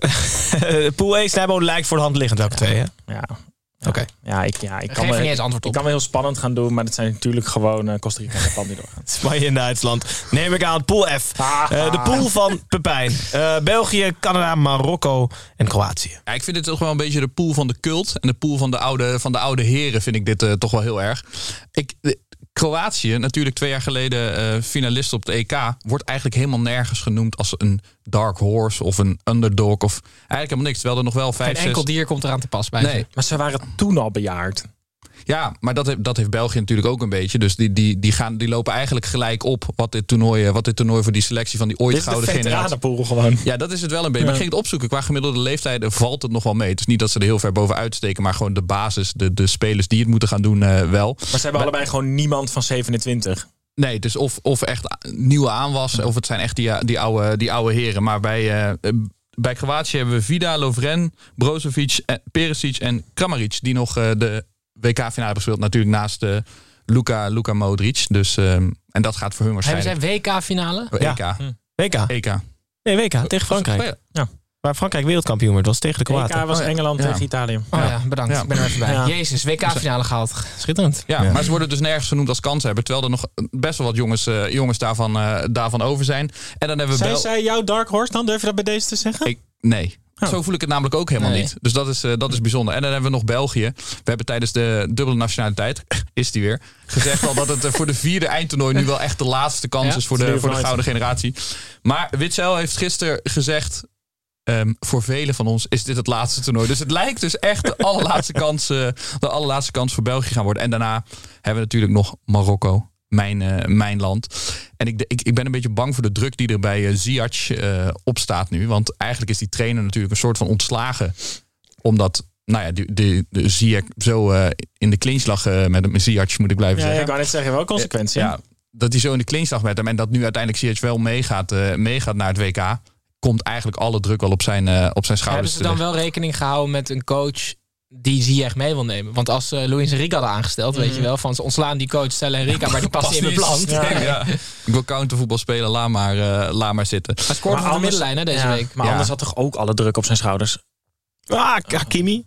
Speaker 3: Pool A, Snijboon lijkt voor de hand liggend welke twee, hè?
Speaker 6: Ja.
Speaker 3: Oké.
Speaker 6: Ja, ik, ja, ik
Speaker 5: Geef
Speaker 6: kan
Speaker 5: er
Speaker 6: me,
Speaker 5: niet eens antwoord
Speaker 6: ik
Speaker 5: op.
Speaker 6: kan wel heel spannend gaan doen, maar dat zijn natuurlijk gewoon uh, Costa Rica en Japan die doorgaan.
Speaker 3: Spanje en Duitsland. Neem ik aan. Pool F.
Speaker 6: Ah.
Speaker 3: Uh, de pool van Pepijn. Uh, België, Canada, Marokko en Kroatië.
Speaker 4: ja, ik vind dit toch wel een beetje de pool van de cult. En de pool van de oude, van de oude heren vind ik dit uh, toch wel heel erg. Ik... De, Kroatië, natuurlijk twee jaar geleden uh, finalist op het E K... wordt eigenlijk helemaal nergens genoemd als een dark horse of een underdog. Of eigenlijk helemaal niks. Terwijl er nog wel vijf,
Speaker 5: Geen enkel
Speaker 4: zes...
Speaker 5: dier komt eraan te pas bij
Speaker 4: Nee,
Speaker 5: ze.
Speaker 6: Maar ze waren toen al bejaard.
Speaker 4: ja, maar dat heeft, dat heeft België natuurlijk ook een beetje. Dus die, die, die, gaan, die lopen eigenlijk gelijk op wat dit toernooi, wat dit toernooi voor die selectie van die ooit
Speaker 6: Dit is de
Speaker 4: gouden generatie.
Speaker 6: veteranenpool gewoon.
Speaker 4: Ja, dat is het wel een beetje.
Speaker 6: Ja.
Speaker 4: Maar ik ging het opzoeken. Qua gemiddelde leeftijden valt het nog wel mee. Het is niet dat ze er heel ver bovenuit steken, maar gewoon de basis, de, de spelers die het moeten gaan doen, uh, wel.
Speaker 6: Maar ze hebben allebei gewoon niemand van zevenentwintig.
Speaker 4: Nee, dus of, of echt nieuwe aanwas, of het zijn echt die, die, oude, die oude heren. Maar bij, uh, bij Kroatië hebben we Vida, Lovren, Brozovic, Perisic en Kramaric, die nog uh, de W K-finale hebben gespeeld. Natuurlijk naast uh, Luka, Luka Modric. Dus, um, en dat gaat voor hun
Speaker 5: Hebben
Speaker 4: waarschijnlijk...
Speaker 5: zij W K-finale?
Speaker 4: E K.
Speaker 3: W K.
Speaker 4: E K.
Speaker 3: Nee, W K tegen Frankrijk.
Speaker 4: Ja.
Speaker 6: Ja.
Speaker 3: Waar Frankrijk wereldkampioen werd, was tegen de Kroaten.
Speaker 6: W K was Engeland
Speaker 4: ja.
Speaker 6: tegen Italië.
Speaker 5: Oh ja, bedankt.
Speaker 4: Ja.
Speaker 5: Ik ben er even bij.
Speaker 6: Ja.
Speaker 5: Jezus, W K-finale gehaald. Schitterend.
Speaker 4: Ja,
Speaker 3: Ja.
Speaker 4: maar ze worden dus nergens genoemd als kanshebber. Terwijl er nog best wel wat jongens, uh, jongens daarvan, uh, daarvan over zijn. En dan hebben we
Speaker 6: Zijn
Speaker 4: Bel-
Speaker 6: zij jouw dark horse dan? Durf je dat bij deze te zeggen?
Speaker 4: Ik, nee.
Speaker 6: Oh.
Speaker 4: Zo voel ik het namelijk ook helemaal
Speaker 5: Nee.
Speaker 4: niet. Dus dat is, uh, dat is bijzonder. En dan hebben we nog België. We hebben tijdens de dubbele nationaliteit, is die weer, gezegd al dat het uh, voor de vierde eindtoernooi nu wel echt de laatste kans
Speaker 5: Ja,
Speaker 4: is voor de, voor de
Speaker 6: uit.
Speaker 4: gouden generatie. Maar Witzel heeft gisteren gezegd, um, voor velen van ons is dit het laatste toernooi. Dus het lijkt dus echt de allerlaatste kans, uh, de allerlaatste kans voor België gaan worden. En daarna hebben we natuurlijk nog Marokko. Mijn, uh, mijn land. En ik, ik, ik ben een beetje bang voor de druk die er bij uh, Ziyech uh, op staat nu. Want eigenlijk is die trainer natuurlijk een soort van ontslagen. Omdat, nou ja, de, de, de Ziyech zo uh, in de clinch lag uh, met hem. Ziyech moet ik blijven
Speaker 6: Ja,
Speaker 4: zeggen.
Speaker 6: ik wou net zeggen, wel consequentie.
Speaker 4: Ja, dat hij zo in de clinch lag met hem. En dat nu uiteindelijk Ziyech wel meegaat, uh, meegaat naar het W K. Komt eigenlijk alle druk wel op zijn, uh, op zijn schouders.
Speaker 5: Hebben ze dan wel rekening gehouden met een coach die Ziyech mee wil nemen? Want als uh, Luis Enrique hadden aangesteld, mm. weet je wel, van ze ontslaan die coach, stellen Enrique, maar die past niet in mijn plan.
Speaker 4: Ja. Ja. Ik wil countervoetbal spelen, laat maar, uh, laat maar zitten.
Speaker 5: Hij scoort van de middenlijn hè, deze
Speaker 6: ja,
Speaker 5: week.
Speaker 6: Maar
Speaker 4: Ja.
Speaker 6: anders had toch ook alle druk op zijn schouders?
Speaker 3: Ah, Hakimi.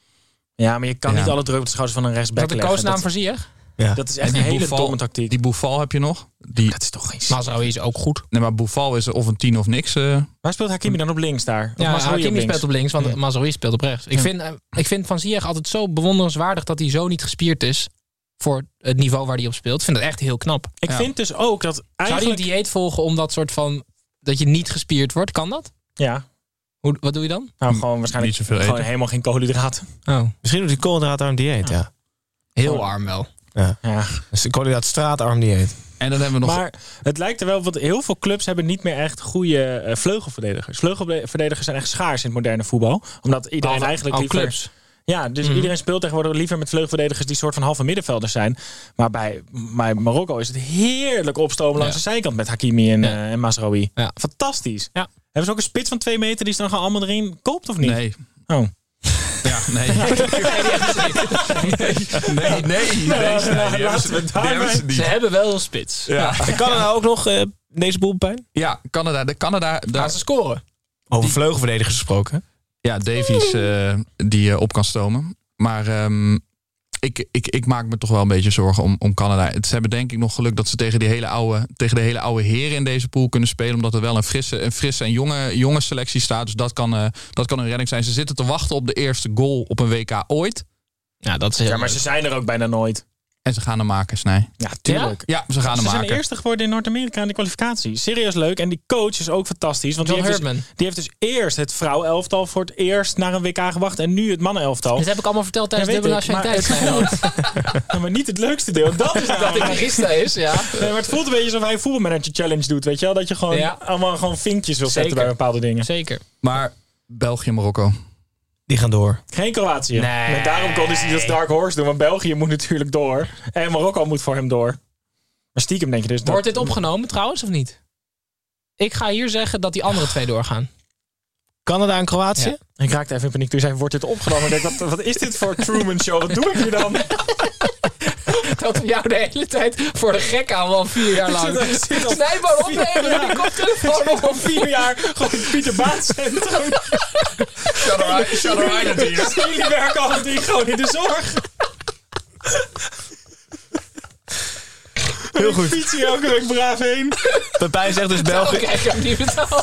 Speaker 6: Ja, maar je kan
Speaker 4: Ja.
Speaker 6: niet alle druk op de schouders van een
Speaker 5: Is
Speaker 6: rechtsback
Speaker 5: dat de
Speaker 6: leggen.
Speaker 5: koosnaam
Speaker 6: Dat,
Speaker 5: voor Ziyech?
Speaker 3: Ja.
Speaker 6: dat is echt
Speaker 4: En
Speaker 6: een
Speaker 4: die
Speaker 6: hele
Speaker 4: Boufal-
Speaker 6: domme tactiek.
Speaker 4: Die Boufal heb je nog. Die,
Speaker 6: Dat is toch geen...
Speaker 5: Mazraoui is ook goed.
Speaker 4: nee, maar Boufal is of een tien of niks. Uh,
Speaker 6: Waar speelt Hakimi dan op links daar? Of
Speaker 5: Ja,
Speaker 6: Mazraoui
Speaker 5: Hakimi speelt op links, want
Speaker 6: Ja.
Speaker 5: Mazraoui speelt op rechts. Ik,
Speaker 6: Ja.
Speaker 5: vind, uh, ik vind van Ziyech altijd zo bewonderenswaardig dat hij zo niet gespierd is voor het niveau waar hij op speelt. Ik vind dat echt heel knap.
Speaker 6: Ik
Speaker 4: Ja.
Speaker 6: vind dus ook dat
Speaker 5: Zou hij
Speaker 6: eigenlijk...
Speaker 5: een dieet volgen om dat soort van, dat je niet gespierd wordt? Kan dat?
Speaker 6: Ja,
Speaker 5: Hoe, wat doe je dan?
Speaker 6: nou gewoon waarschijnlijk
Speaker 4: Niet zoveel
Speaker 6: gewoon
Speaker 4: eten.
Speaker 6: helemaal geen koolhydraten.
Speaker 5: Oh,
Speaker 3: Misschien doet die koolhydraat arm dieet, ja.
Speaker 5: heel arm wel.
Speaker 6: Ja.
Speaker 3: Dus een koolhydraat straatarm dieet.
Speaker 4: en dan hebben we nog...
Speaker 6: Maar het lijkt er wel, want heel veel clubs hebben niet meer echt goede uh, vleugelverdedigers. Vleugelverdedigers zijn echt schaars in het moderne voetbal. Omdat iedereen
Speaker 5: Al-
Speaker 6: eigenlijk
Speaker 5: al
Speaker 6: liever...
Speaker 5: clubs.
Speaker 6: Ja, dus
Speaker 5: Mhm.
Speaker 6: iedereen speelt tegenwoordig liever met vleugelverdedigers die soort van halve middenvelders zijn. Maar bij, bij Marokko is het heerlijk opstomen langs
Speaker 5: Ja.
Speaker 6: de zijkant met Hakimi en,
Speaker 5: Ja.
Speaker 6: uh, en Mazraoui.
Speaker 5: Ja.
Speaker 6: Fantastisch.
Speaker 5: Ja.
Speaker 6: Hebben ze ook een spits van twee meter die ze dan gewoon allemaal erin koopt of niet?
Speaker 4: Nee.
Speaker 6: Oh.
Speaker 4: Ja, nee. nee, nee, nee. nee, die hebben ze- die hebben ze niet.
Speaker 5: Ze hebben wel een spits.
Speaker 4: Ja.
Speaker 3: Kan er nou ook nog uh, deze boelpijn?
Speaker 4: Ja, Canada. De Canada
Speaker 5: Gaan
Speaker 4: daar,
Speaker 5: ze scoren?
Speaker 3: Over vleugelverdedigers gesproken.
Speaker 4: ja, Davies uh, die uh, op kan stomen. Maar um, ik, ik, ik maak me toch wel een beetje zorgen om, om Canada. Ze hebben denk ik nog geluk dat ze tegen, die hele oude, tegen de hele oude heren in deze pool kunnen spelen. Omdat er wel een frisse, een frisse en jonge, jonge selectie staat. Dus dat kan, uh, dat kan een redding zijn. Ze zitten te wachten op de eerste goal op een W K ooit.
Speaker 5: Ja, dat is heel
Speaker 6: Ja, maar ze zijn er ook bijna nooit.
Speaker 4: En ze gaan hem maken, Snij.
Speaker 6: Ja, tuurlijk.
Speaker 4: Ja, ze gaan hem
Speaker 6: Ze zijn
Speaker 4: maken.
Speaker 6: eerste geworden in Noord-Amerika in de kwalificatie. Serieus leuk. En die coach is ook fantastisch. Want die
Speaker 5: John
Speaker 6: heeft, dus,
Speaker 5: Herdman.
Speaker 6: die heeft dus eerst het vrouwenelftal voor het eerst naar een W K gewacht. En nu het mannenelftal.
Speaker 5: Dat heb ik allemaal verteld tijdens
Speaker 6: Ja,
Speaker 5: de
Speaker 6: weet
Speaker 5: dubbele
Speaker 6: ik, maar
Speaker 5: nationaliteit.
Speaker 6: Ja, maar niet het leukste deel. Dat is
Speaker 5: Dat ik barista is, ja.
Speaker 6: Nee, maar het voelt een beetje alsof hij een voetbalmanager challenge doet. Weet je wel? Dat je gewoon
Speaker 5: Ja.
Speaker 6: allemaal gewoon vinkjes wil zetten
Speaker 5: Zeker.
Speaker 6: bij bepaalde dingen.
Speaker 5: Zeker.
Speaker 4: Maar België, Marokko.
Speaker 3: Die gaan door.
Speaker 6: Geen Kroatië.
Speaker 5: Nee.
Speaker 6: En daarom kon hij als Dark Horse doen. Want België moet natuurlijk door. En Marokko moet voor hem door. Maar stiekem denk je dus... Dat...
Speaker 5: Wordt dit opgenomen trouwens of niet? Ik ga hier zeggen dat die andere twee doorgaan.
Speaker 3: Canada en Kroatië?
Speaker 5: Ja.
Speaker 6: Ik raakte even in paniek toen zei, wordt dit opgenomen? Ik denk, wat, wat is dit voor Truman Show? Wat doe ik hier dan?
Speaker 5: Dat we jou de hele tijd voor de gek aan, al vier jaar lang. Snij maar opnemen, die koptelefoon
Speaker 6: Gewoon
Speaker 5: op.
Speaker 6: al vier jaar gewoon Pieter Baan Centrum.
Speaker 4: Shutter Island hier.
Speaker 6: Jullie werken al drie gewoon in de zorg.
Speaker 3: Heel goed.
Speaker 6: Ik fiets hier elke week braaf heen.
Speaker 3: Pepijn zegt dus België.
Speaker 5: Oké, ik heb hem niet betaald.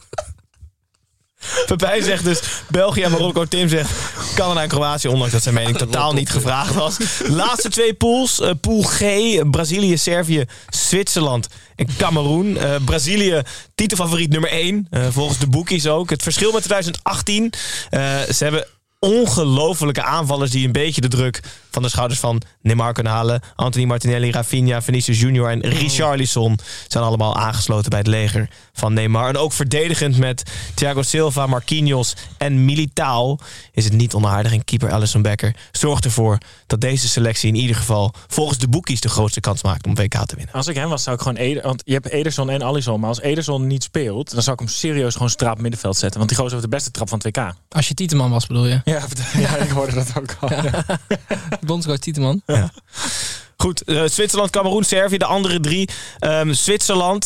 Speaker 3: Pepijn zegt dus België en Marokko. Tim zegt Canada en Kroatië, ondanks dat zijn mening totaal niet gevraagd was. Laatste twee pools. Uh, pool G, Brazilië, Servië, Zwitserland en Cameroen. Uh, Brazilië, titelfavoriet nummer één. Uh, volgens de bookies ook. Het verschil met twintig achttien. Uh, ze hebben ongelofelijke aanvallers die een beetje de druk van de schouders van Neymar kunnen halen. Anthony Martinelli, Rafinha, Vinicius Junior en Richarlison zijn allemaal aangesloten bij het leger van Neymar. En ook verdedigend met Thiago Silva, Marquinhos en Militao is het niet onaardig. En keeper Alisson Becker zorgt ervoor dat deze selectie in ieder geval volgens de boekies de grootste kans maakt om W K te winnen.
Speaker 6: Als ik hem was, zou ik gewoon... Eder, want je hebt Ederson en Alisson. Maar als Ederson niet speelt, dan zou ik hem serieus gewoon straat middenveld zetten. Want die gozer heeft de beste trap van het W K.
Speaker 5: Als je Tieteman was, bedoel je?
Speaker 6: Ja, ja ik hoorde dat ook al. Ja.
Speaker 5: Bondscoach Tieteman.
Speaker 3: Ja. Goed, uh, Zwitserland, Cameroen, Servië, de andere drie. Um, Zwitserland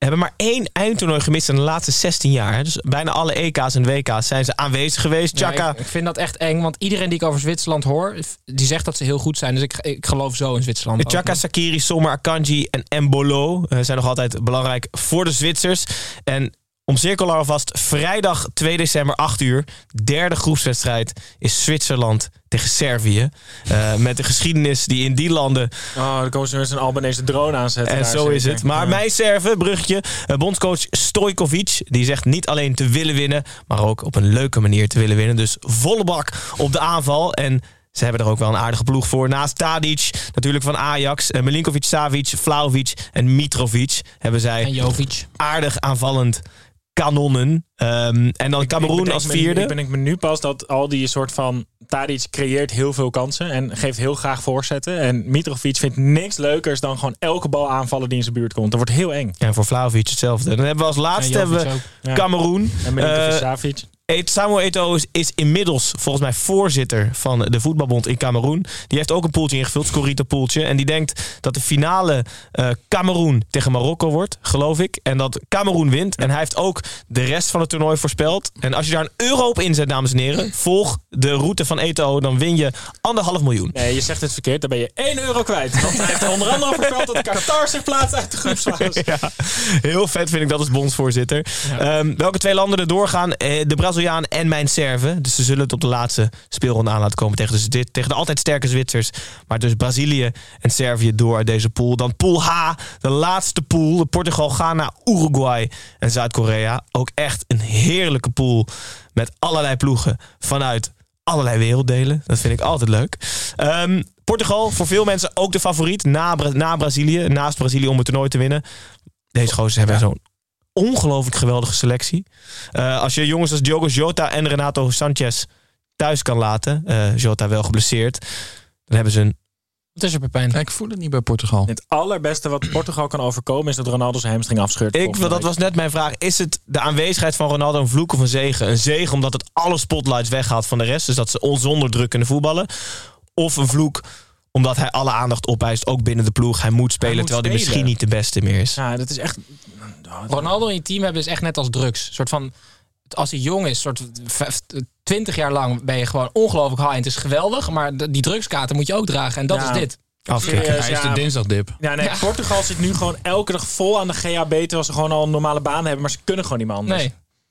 Speaker 3: hebben maar één eindtoernooi gemist in de laatste zestien jaar. Hè. Dus bijna alle E K's en W K's zijn ze aanwezig geweest.
Speaker 5: Ja,
Speaker 3: Chaka...
Speaker 5: ik, ik vind dat echt eng, want iedereen die ik over Zwitserland hoor, die zegt dat ze heel goed zijn. Dus ik, ik geloof zo in Zwitserland.
Speaker 3: Chaka, Sakiri, Sommer, Akanji en Embolo uh, zijn nog altijd belangrijk voor de Zwitsers. En omcirkel alvast vrijdag twee december, acht uur. Derde groepswedstrijd is Zwitserland tegen Servië. Uh, met de geschiedenis die in die landen...
Speaker 6: Oh, dan komen ze met een Albanese drone aanzetten.
Speaker 3: En
Speaker 6: daar
Speaker 3: zo
Speaker 6: zeker.
Speaker 3: is het. Maar
Speaker 6: Ja.
Speaker 3: mijn Serven, bruggetje. Uh, bondscoach Stojkovic, die zegt niet alleen te willen winnen, maar ook op een leuke manier te willen winnen. Dus volle bak op de aanval. En ze hebben er ook wel een aardige ploeg voor. Naast Tadic, natuurlijk van Ajax, uh, Milinkovic, Savic, Vlahovic en Mitrovic hebben zij
Speaker 5: En Jovic.
Speaker 3: aardig aanvallend kanonnen. Um, en dan Cameroen als vierde.
Speaker 6: Ik ben ik me nu pas dat al die soort van... Tadic creëert heel veel kansen en geeft heel graag voorzetten. En Mitrovic vindt niks leukers dan gewoon elke bal aanvallen die in zijn buurt komt. Dat wordt heel eng.
Speaker 3: En voor Vlahovic hetzelfde. Dan hebben we als laatste hebben we
Speaker 6: Ja.
Speaker 3: Cameroen.
Speaker 6: En Milinkovic,
Speaker 3: Uh,
Speaker 6: Savic.
Speaker 3: Samuel Eto'o is, is inmiddels volgens mij voorzitter van de voetbalbond in Cameroen. Die heeft ook een poeltje ingevuld, Scorito poeltje. En die denkt dat de finale uh, Cameroen tegen Marokko wordt, geloof ik. En dat Cameroen wint. En hij heeft ook de rest van het toernooi voorspeld. En als je daar een euro op inzet, dames en heren, volg de route van Eto'o, dan win je anderhalf miljoen.
Speaker 6: Nee, je zegt het verkeerd. Dan ben je één euro kwijt. Want hij heeft onder andere voorspeld dat Qatar zich plaatst uit de groepsfase.
Speaker 3: Ja, heel vet vind ik dat als bondsvoorzitter. Ja. Um, welke twee landen er doorgaan? Eh, de Braziliaan en mijn Serven. Dus ze zullen het op de laatste speelronde aan laten komen tegen, dus dit, tegen de altijd sterke Zwitsers. Maar dus Brazilië en Servië door uit deze pool. Dan pool H, de laatste pool. Portugal, Ghana, Uruguay en Zuid-Korea. Ook echt een heerlijke pool met allerlei ploegen vanuit allerlei werelddelen. Dat vind ik altijd leuk. Um, Portugal, voor veel mensen ook de favoriet na, Bra- na Brazilië. Naast Brazilië om het toernooi te winnen. Deze gozers hebben ja. zo'n ongelooflijk geweldige selectie. Uh, als je jongens als Diogo Jota en Renato Sanchez thuis kan laten, uh, Jota wel geblesseerd, dan hebben ze een...
Speaker 5: Wat is er, Pepijn?
Speaker 4: Ja, ik voel het niet bij Portugal.
Speaker 6: Het allerbeste wat Portugal kan overkomen is dat Ronaldo zijn hamstring afscheurt.
Speaker 3: Ik, dat was net mijn vraag. Is het de aanwezigheid van Ronaldo een vloek of een zegen? Een zegen omdat het alle spotlights weghaalt van de rest, dus dat ze zonder druk kunnen voetballen? Of een vloek omdat hij alle aandacht opeist, ook binnen de ploeg. Hij moet spelen, hij moet terwijl spelen. hij misschien niet de beste meer is.
Speaker 6: Ja, dat is echt...
Speaker 5: Ronaldo in je team hebben is echt net als drugs. Een soort van, als hij jong is, soort twintig jaar lang ben je gewoon ongelooflijk high. En het is geweldig, maar die drugskaarten moet je ook dragen. En dat
Speaker 6: ja.
Speaker 5: is dit.
Speaker 3: Afkicken.
Speaker 4: Hij is de dinsdagdip.
Speaker 6: Ja, nee,
Speaker 5: Ja.
Speaker 6: Portugal zit nu gewoon elke dag vol aan de G H B, terwijl ze gewoon al een normale baan hebben, maar ze kunnen gewoon niet meer anders.
Speaker 5: Nee.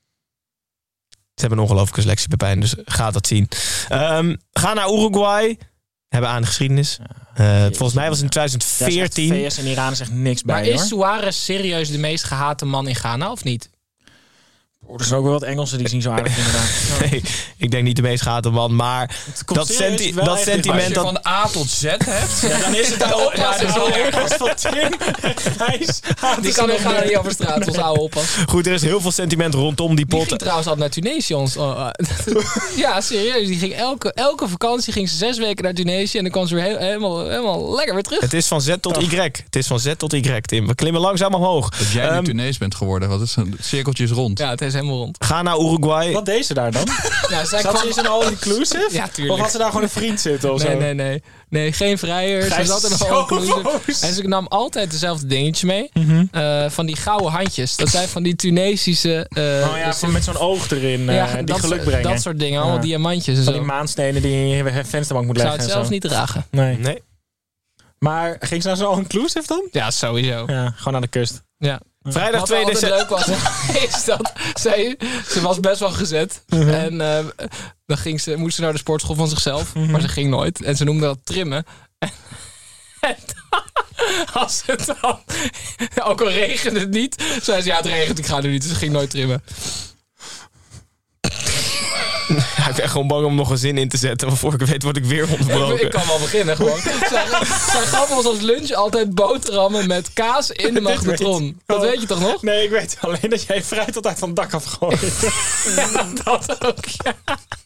Speaker 3: Ze hebben een ongelooflijke selectie, Pepijn, dus ga dat zien. Um, ga naar Uruguay. Hebben aan de geschiedenis. Uh, volgens mij was het in twintig veertien.
Speaker 6: Ja, V S en Iran is echt niks bij,
Speaker 5: Maar is
Speaker 6: hoor.
Speaker 5: Suarez serieus de meest gehate man in Ghana, of niet?
Speaker 6: Oh, er zijn ook wel wat Engelsen die zien zo aardig inderdaad.
Speaker 3: Nee, ik denk niet de meest gehate man, maar dat, senti- dat sentiment...
Speaker 4: Als je
Speaker 3: dat
Speaker 4: van A tot Z hebt,
Speaker 6: Ja, dan is het al... Ja, dat is wel ergens van Tim en Gijs.
Speaker 5: Die kan in Ghana niet over straat, ons oude oppas.
Speaker 3: Goed, er is heel veel sentiment rondom die
Speaker 5: Die
Speaker 3: pot.
Speaker 5: ging trouwens al naar Tunesië. Ons, uh, ja, serieus. Die ging elke, elke vakantie ging ze zes weken naar Tunesië. En dan kwam ze weer heel, helemaal, helemaal lekker weer terug.
Speaker 3: Het is van Z tot Y. Het is van Z tot Y, Tim. We klimmen langzaam omhoog.
Speaker 4: dat jij nu
Speaker 3: Um,
Speaker 4: Tunees bent geworden. Wat is een cirkeltje is rond.
Speaker 5: Ja, het is helemaal rond.
Speaker 3: Ga naar Uruguay.
Speaker 6: Wat deed ze daar dan?
Speaker 5: Ja, zij
Speaker 6: Zat
Speaker 5: kwam...
Speaker 6: ze in zo'n all-inclusive?
Speaker 5: Ja, tuurlijk.
Speaker 6: Of had ze daar gewoon een vriend zitten of
Speaker 5: Nee,
Speaker 6: zo?
Speaker 5: nee, nee. Nee, geen vrijers. Ze
Speaker 6: Gijs
Speaker 5: zat in
Speaker 6: is
Speaker 5: een
Speaker 6: zo
Speaker 5: all-inclusive.
Speaker 6: boos.
Speaker 5: En ze nam altijd dezelfde dingetje mee.
Speaker 3: Mhm.
Speaker 5: Uh, van die gouden handjes. Dat zijn van die Tunesische... Uh,
Speaker 6: Oh ja, van met zo'n oog erin. Uh,
Speaker 5: ja,
Speaker 6: die
Speaker 5: dat,
Speaker 6: geluk
Speaker 5: soort,
Speaker 6: brengen.
Speaker 5: dat soort dingen. Allemaal
Speaker 6: Ja.
Speaker 5: diamantjes en
Speaker 6: Van
Speaker 5: zo.
Speaker 6: die maanstenen die je in je vensterbank moet
Speaker 5: Ik zou
Speaker 6: leggen.
Speaker 5: het
Speaker 6: en
Speaker 5: zelf
Speaker 6: zo.
Speaker 5: niet dragen.
Speaker 6: Nee.
Speaker 3: Nee.
Speaker 6: Maar ging ze nou zo all-inclusive dan?
Speaker 5: Ja, sowieso.
Speaker 6: Ja, gewoon aan de kust.
Speaker 5: Ja.
Speaker 3: Vrijdag
Speaker 5: Wat
Speaker 3: twee
Speaker 5: altijd
Speaker 3: december.
Speaker 5: leuk was, is dat zij, ze was best wel gezet.
Speaker 6: Uh-huh.
Speaker 5: En uh, dan ging ze, moest ze naar de sportschool van zichzelf.
Speaker 6: Uh-huh.
Speaker 5: Maar ze ging nooit. En ze noemde dat trimmen. En, en dan, als het dan, ook al regende het niet, zei ze, ja, het regent, ik ga er niet. Dus ze ging nooit trimmen.
Speaker 3: Ja, ik ben gewoon bang om nog een zin in te zetten. Want voor ik weet word ik weer onderbroken.
Speaker 5: Ik, ik kan wel beginnen gewoon. Zijn, zijn gaf ons als lunch altijd boterhammen met kaas in de magnetron. Dat weet je toch nog?
Speaker 6: Nee, ik weet alleen dat jij fruit altijd van het dak afgooit.
Speaker 5: Ja, dat ook, ja.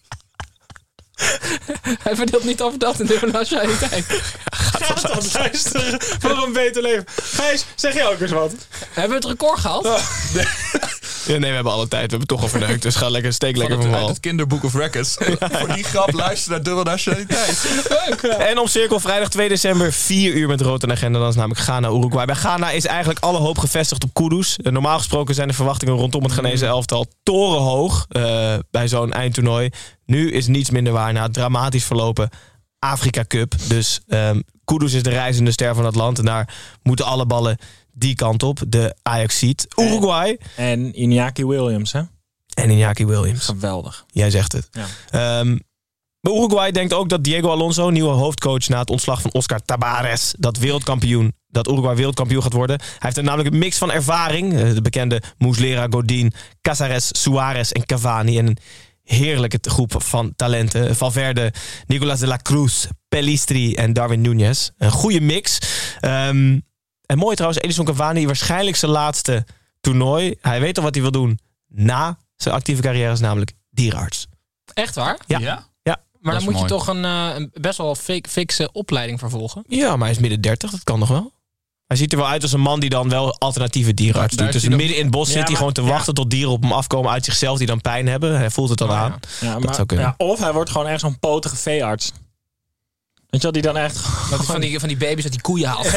Speaker 5: Hij verdeelt niet over dat in de nationaliteit.
Speaker 6: Gaat dat luisteren voor een beter leven. Gijs, zeg jij ook eens wat?
Speaker 5: Hebben we het record gehaald?
Speaker 6: Oh, nee.
Speaker 3: Ja, nee, we hebben alle tijd. We hebben toch al verneukt. Dus ga lekker, steek lekker
Speaker 4: van
Speaker 3: van
Speaker 4: het,
Speaker 3: wal.
Speaker 4: het kinderbook of records. Voor die grap luister naar dubbel nationaliteit.
Speaker 3: En om cirkel vrijdag twee december, vier uur met rood en agenda. Dan is namelijk Ghana-Uruguay. Bij Ghana is eigenlijk alle hoop gevestigd op Kudus. Normaal gesproken zijn de verwachtingen rondom het Ghanese elftal torenhoog uh, bij zo'n eindtoernooi. Nu is niets minder waar na het dramatisch verlopen Afrika Cup. Dus um, Kudus is de reizende ster van het land. En daar moeten alle ballen die kant op. De Ajaxiet. Uruguay.
Speaker 6: En Iñaki Williams, hè?
Speaker 3: En Iñaki Williams.
Speaker 6: Geweldig.
Speaker 3: Jij zegt het.
Speaker 6: Ja.
Speaker 3: Um, maar Uruguay denkt ook dat Diego Alonso, nieuwe hoofdcoach na het ontslag van Oscar Tabares, dat wereldkampioen, dat Uruguay wereldkampioen gaat worden. Hij heeft er namelijk een mix van ervaring. De bekende Muslera, Godin, Casares, Suarez en Cavani. En een heerlijke groep van talenten. Valverde, Nicolas de la Cruz, Pellistri en Darwin Núñez. Een goede mix. Um, en mooi trouwens, Edison Cavani, waarschijnlijk zijn laatste toernooi. Hij weet al wat hij wil doen na zijn actieve carrière, is namelijk dierenarts.
Speaker 5: Echt waar?
Speaker 3: Ja.
Speaker 4: Ja?
Speaker 3: Ja.
Speaker 5: Maar dan moet
Speaker 4: mooi.
Speaker 5: je toch een, uh, een best wel fik, fikse opleiding vervolgen.
Speaker 3: Ja, maar hij is midden dertig, dat kan nog wel. Hij ziet er wel uit als een man die dan wel alternatieve dierenarts
Speaker 4: Daar
Speaker 3: doet.
Speaker 4: is
Speaker 3: Dus
Speaker 4: hij
Speaker 3: midden in het bos
Speaker 6: Ja,
Speaker 3: zit hij
Speaker 6: maar-
Speaker 3: gewoon te
Speaker 6: ja.
Speaker 3: wachten tot dieren op hem afkomen uit zichzelf die dan pijn hebben. Hij voelt het dan
Speaker 5: Oh, ja.
Speaker 3: aan.
Speaker 6: Ja,
Speaker 3: Dat
Speaker 6: maar,
Speaker 3: zou kunnen.
Speaker 6: ja, of hij wordt gewoon echt zo'n potige veearts. Weet je wel, die dan echt...
Speaker 5: Dat hij van die, van die baby's uit die koeien haalt.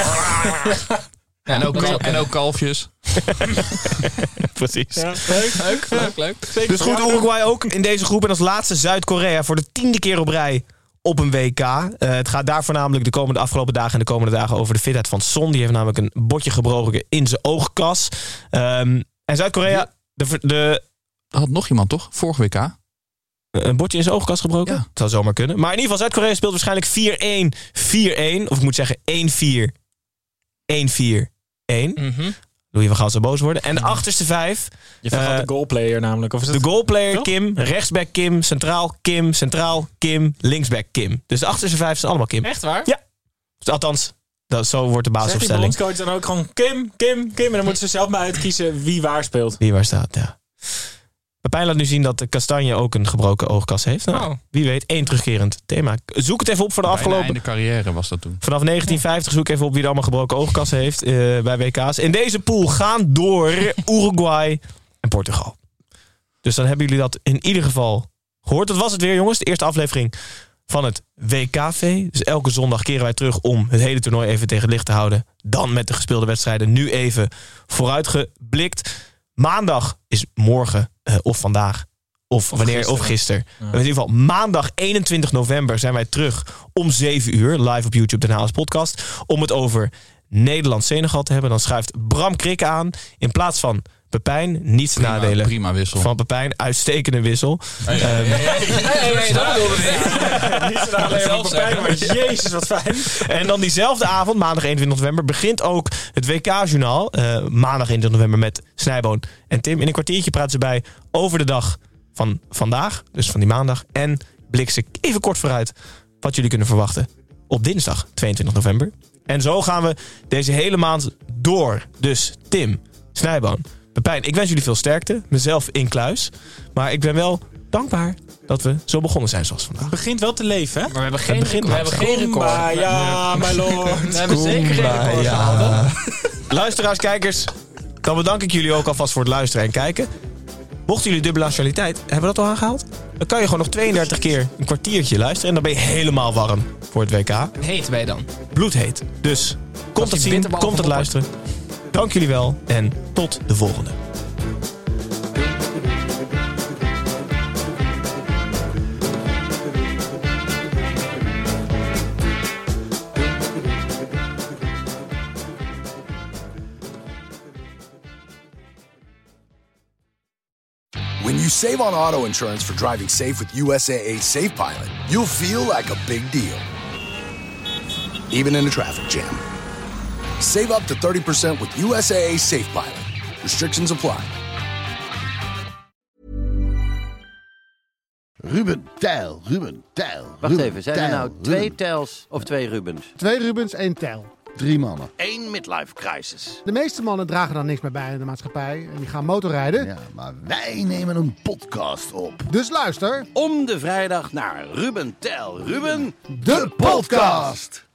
Speaker 5: Ja,
Speaker 4: En ook,
Speaker 5: dat
Speaker 4: kal-
Speaker 5: zou
Speaker 4: en
Speaker 5: kunnen.
Speaker 4: ook kalfjes.
Speaker 3: Precies.
Speaker 6: Ja, leuk.
Speaker 5: Leuk, leuk, leuk.
Speaker 6: Zeker.
Speaker 3: Dus goed, Uruguay ook in deze groep. En als laatste Zuid-Korea voor de tiende keer op rij op een W K. Uh, het gaat daar voornamelijk de komende afgelopen dagen en de komende dagen over de fitheid van Son. Die heeft namelijk een botje gebroken in zijn oogkas. Um, en Zuid-Korea, de, de,
Speaker 4: Had nog iemand toch? Vorige W K.
Speaker 3: een botje in zijn oogkas gebroken?
Speaker 4: Ja.
Speaker 3: Dat zou zomaar kunnen. Maar in ieder geval, Zuid-Korea speelt waarschijnlijk vier-een, vier-een. Of ik moet zeggen één-vier, één-vier, één.
Speaker 5: Mhm.
Speaker 3: Louis, we gaan zo boos worden. En de achterste vijf.
Speaker 6: Je vergat
Speaker 3: Uh,
Speaker 6: de goalplayer namelijk. Of is
Speaker 3: De
Speaker 6: het...
Speaker 3: goalplayer
Speaker 6: Toch?
Speaker 3: Kim, rechtsback Kim, centraal Kim, centraal Kim, linksback Kim. Dus de achterste vijf zijn allemaal Kim.
Speaker 5: Echt waar?
Speaker 3: Ja. Dus althans, dat, zo wordt de
Speaker 6: Zegt die
Speaker 3: basisopstelling.
Speaker 6: bondscoach dan ook gewoon Kim, Kim, Kim. En dan moeten ze zelf maar uitkiezen wie waar speelt.
Speaker 3: Die waar staat, ja. Pepijn laat nu zien dat de Kastanje ook een gebroken oogkas heeft. Nou,
Speaker 5: Oh.
Speaker 3: wie weet, één terugkerend thema. Zoek het even op voor de
Speaker 4: Bijna
Speaker 3: afgelopen...
Speaker 4: einde carrière was dat toen.
Speaker 3: Vanaf negentien vijftig zoek even op wie er allemaal gebroken oogkassen heeft uh, bij W K's. In deze pool gaan door Uruguay en Portugal. Dus dan hebben jullie dat in ieder geval gehoord. Dat was het weer, jongens. De eerste aflevering van het W K-V. Dus elke zondag keren wij terug om het hele toernooi even tegen het licht te houden. Dan met de gespeelde wedstrijden. Nu even vooruitgeblikt. Maandag is morgen uh, of vandaag. Of, wanneer,
Speaker 6: gisteren.
Speaker 3: of gisteren.
Speaker 6: Ja.
Speaker 3: In ieder geval, maandag eenentwintig november zijn wij terug om zeven uur. Live op YouTube, Den Haas podcast. Om het over Nederland-Senegal te hebben. Dan schuift Bram Krikke aan. In plaats van Pepijn. Niets te
Speaker 4: Prima,
Speaker 3: nadelen
Speaker 4: prima wissel.
Speaker 3: van Pepijn. Uitstekende wissel.
Speaker 5: Nee, nee, dat bedoelde ik.
Speaker 6: Niet zo alleen maar Pepijn, maar jezus wat fijn.
Speaker 3: En dan diezelfde avond, maandag eenentwintig november, begint ook het W K-journaal. Uh, maandag eenentwintig november met Snijboon en Tim. In een kwartiertje praten ze bij over de dag van vandaag. Dus van die maandag. En blikken ze even kort vooruit wat jullie kunnen verwachten op dinsdag tweeëntwintig november. En zo gaan we deze hele maand door. Dus Tim, Snijboon, Pepijn, ik wens jullie veel sterkte. Mezelf incluis. Maar ik ben wel dankbaar dat we zo begonnen zijn zoals vandaag.
Speaker 6: Het begint wel te leven, hè?
Speaker 5: Maar we hebben geen,
Speaker 3: Het begint
Speaker 5: we hebben geen record.
Speaker 6: Ja, my lord.
Speaker 5: We hebben zeker geen record
Speaker 3: Kumbaya.
Speaker 5: gehaald.
Speaker 3: Luisteraars, kijkers, dan bedank ik jullie ook alvast voor het luisteren en kijken. Mochten jullie dubbele nationaliteit, hebben we dat al aangehaald? Dan kan je gewoon nog tweeëndertig keer een kwartiertje luisteren. En dan ben je helemaal warm voor het W K.
Speaker 5: Heet ben je dan.
Speaker 3: Bloedheet. Dus komt
Speaker 5: die
Speaker 3: het zien,
Speaker 5: bitterbal
Speaker 3: komt het
Speaker 5: van
Speaker 3: luisteren. Dank jullie wel en tot de volgende.
Speaker 11: When you save on auto insurance for driving safe with U S A A Safe Pilot, you'll feel like a big deal, even in a traffic jam. Save up to thirty percent with U S A A Safe Pilot. Restrictions apply.
Speaker 12: Ruben Tijl, Ruben Tijl.
Speaker 13: Wacht
Speaker 12: Ruben,
Speaker 13: even, zijn
Speaker 12: Tijl,
Speaker 13: er nou twee
Speaker 12: Ruben.
Speaker 13: Tijls of twee Rubens?
Speaker 12: Twee Rubens, één Tijl. Drie mannen.
Speaker 13: Eén midlife crisis.
Speaker 14: De meeste mannen dragen dan niks meer bij in de maatschappij en die gaan motorrijden.
Speaker 12: Ja, maar wij nemen een podcast op.
Speaker 14: Dus luister.
Speaker 13: Om de vrijdag naar Ruben Tijl. Ruben,
Speaker 12: De podcast!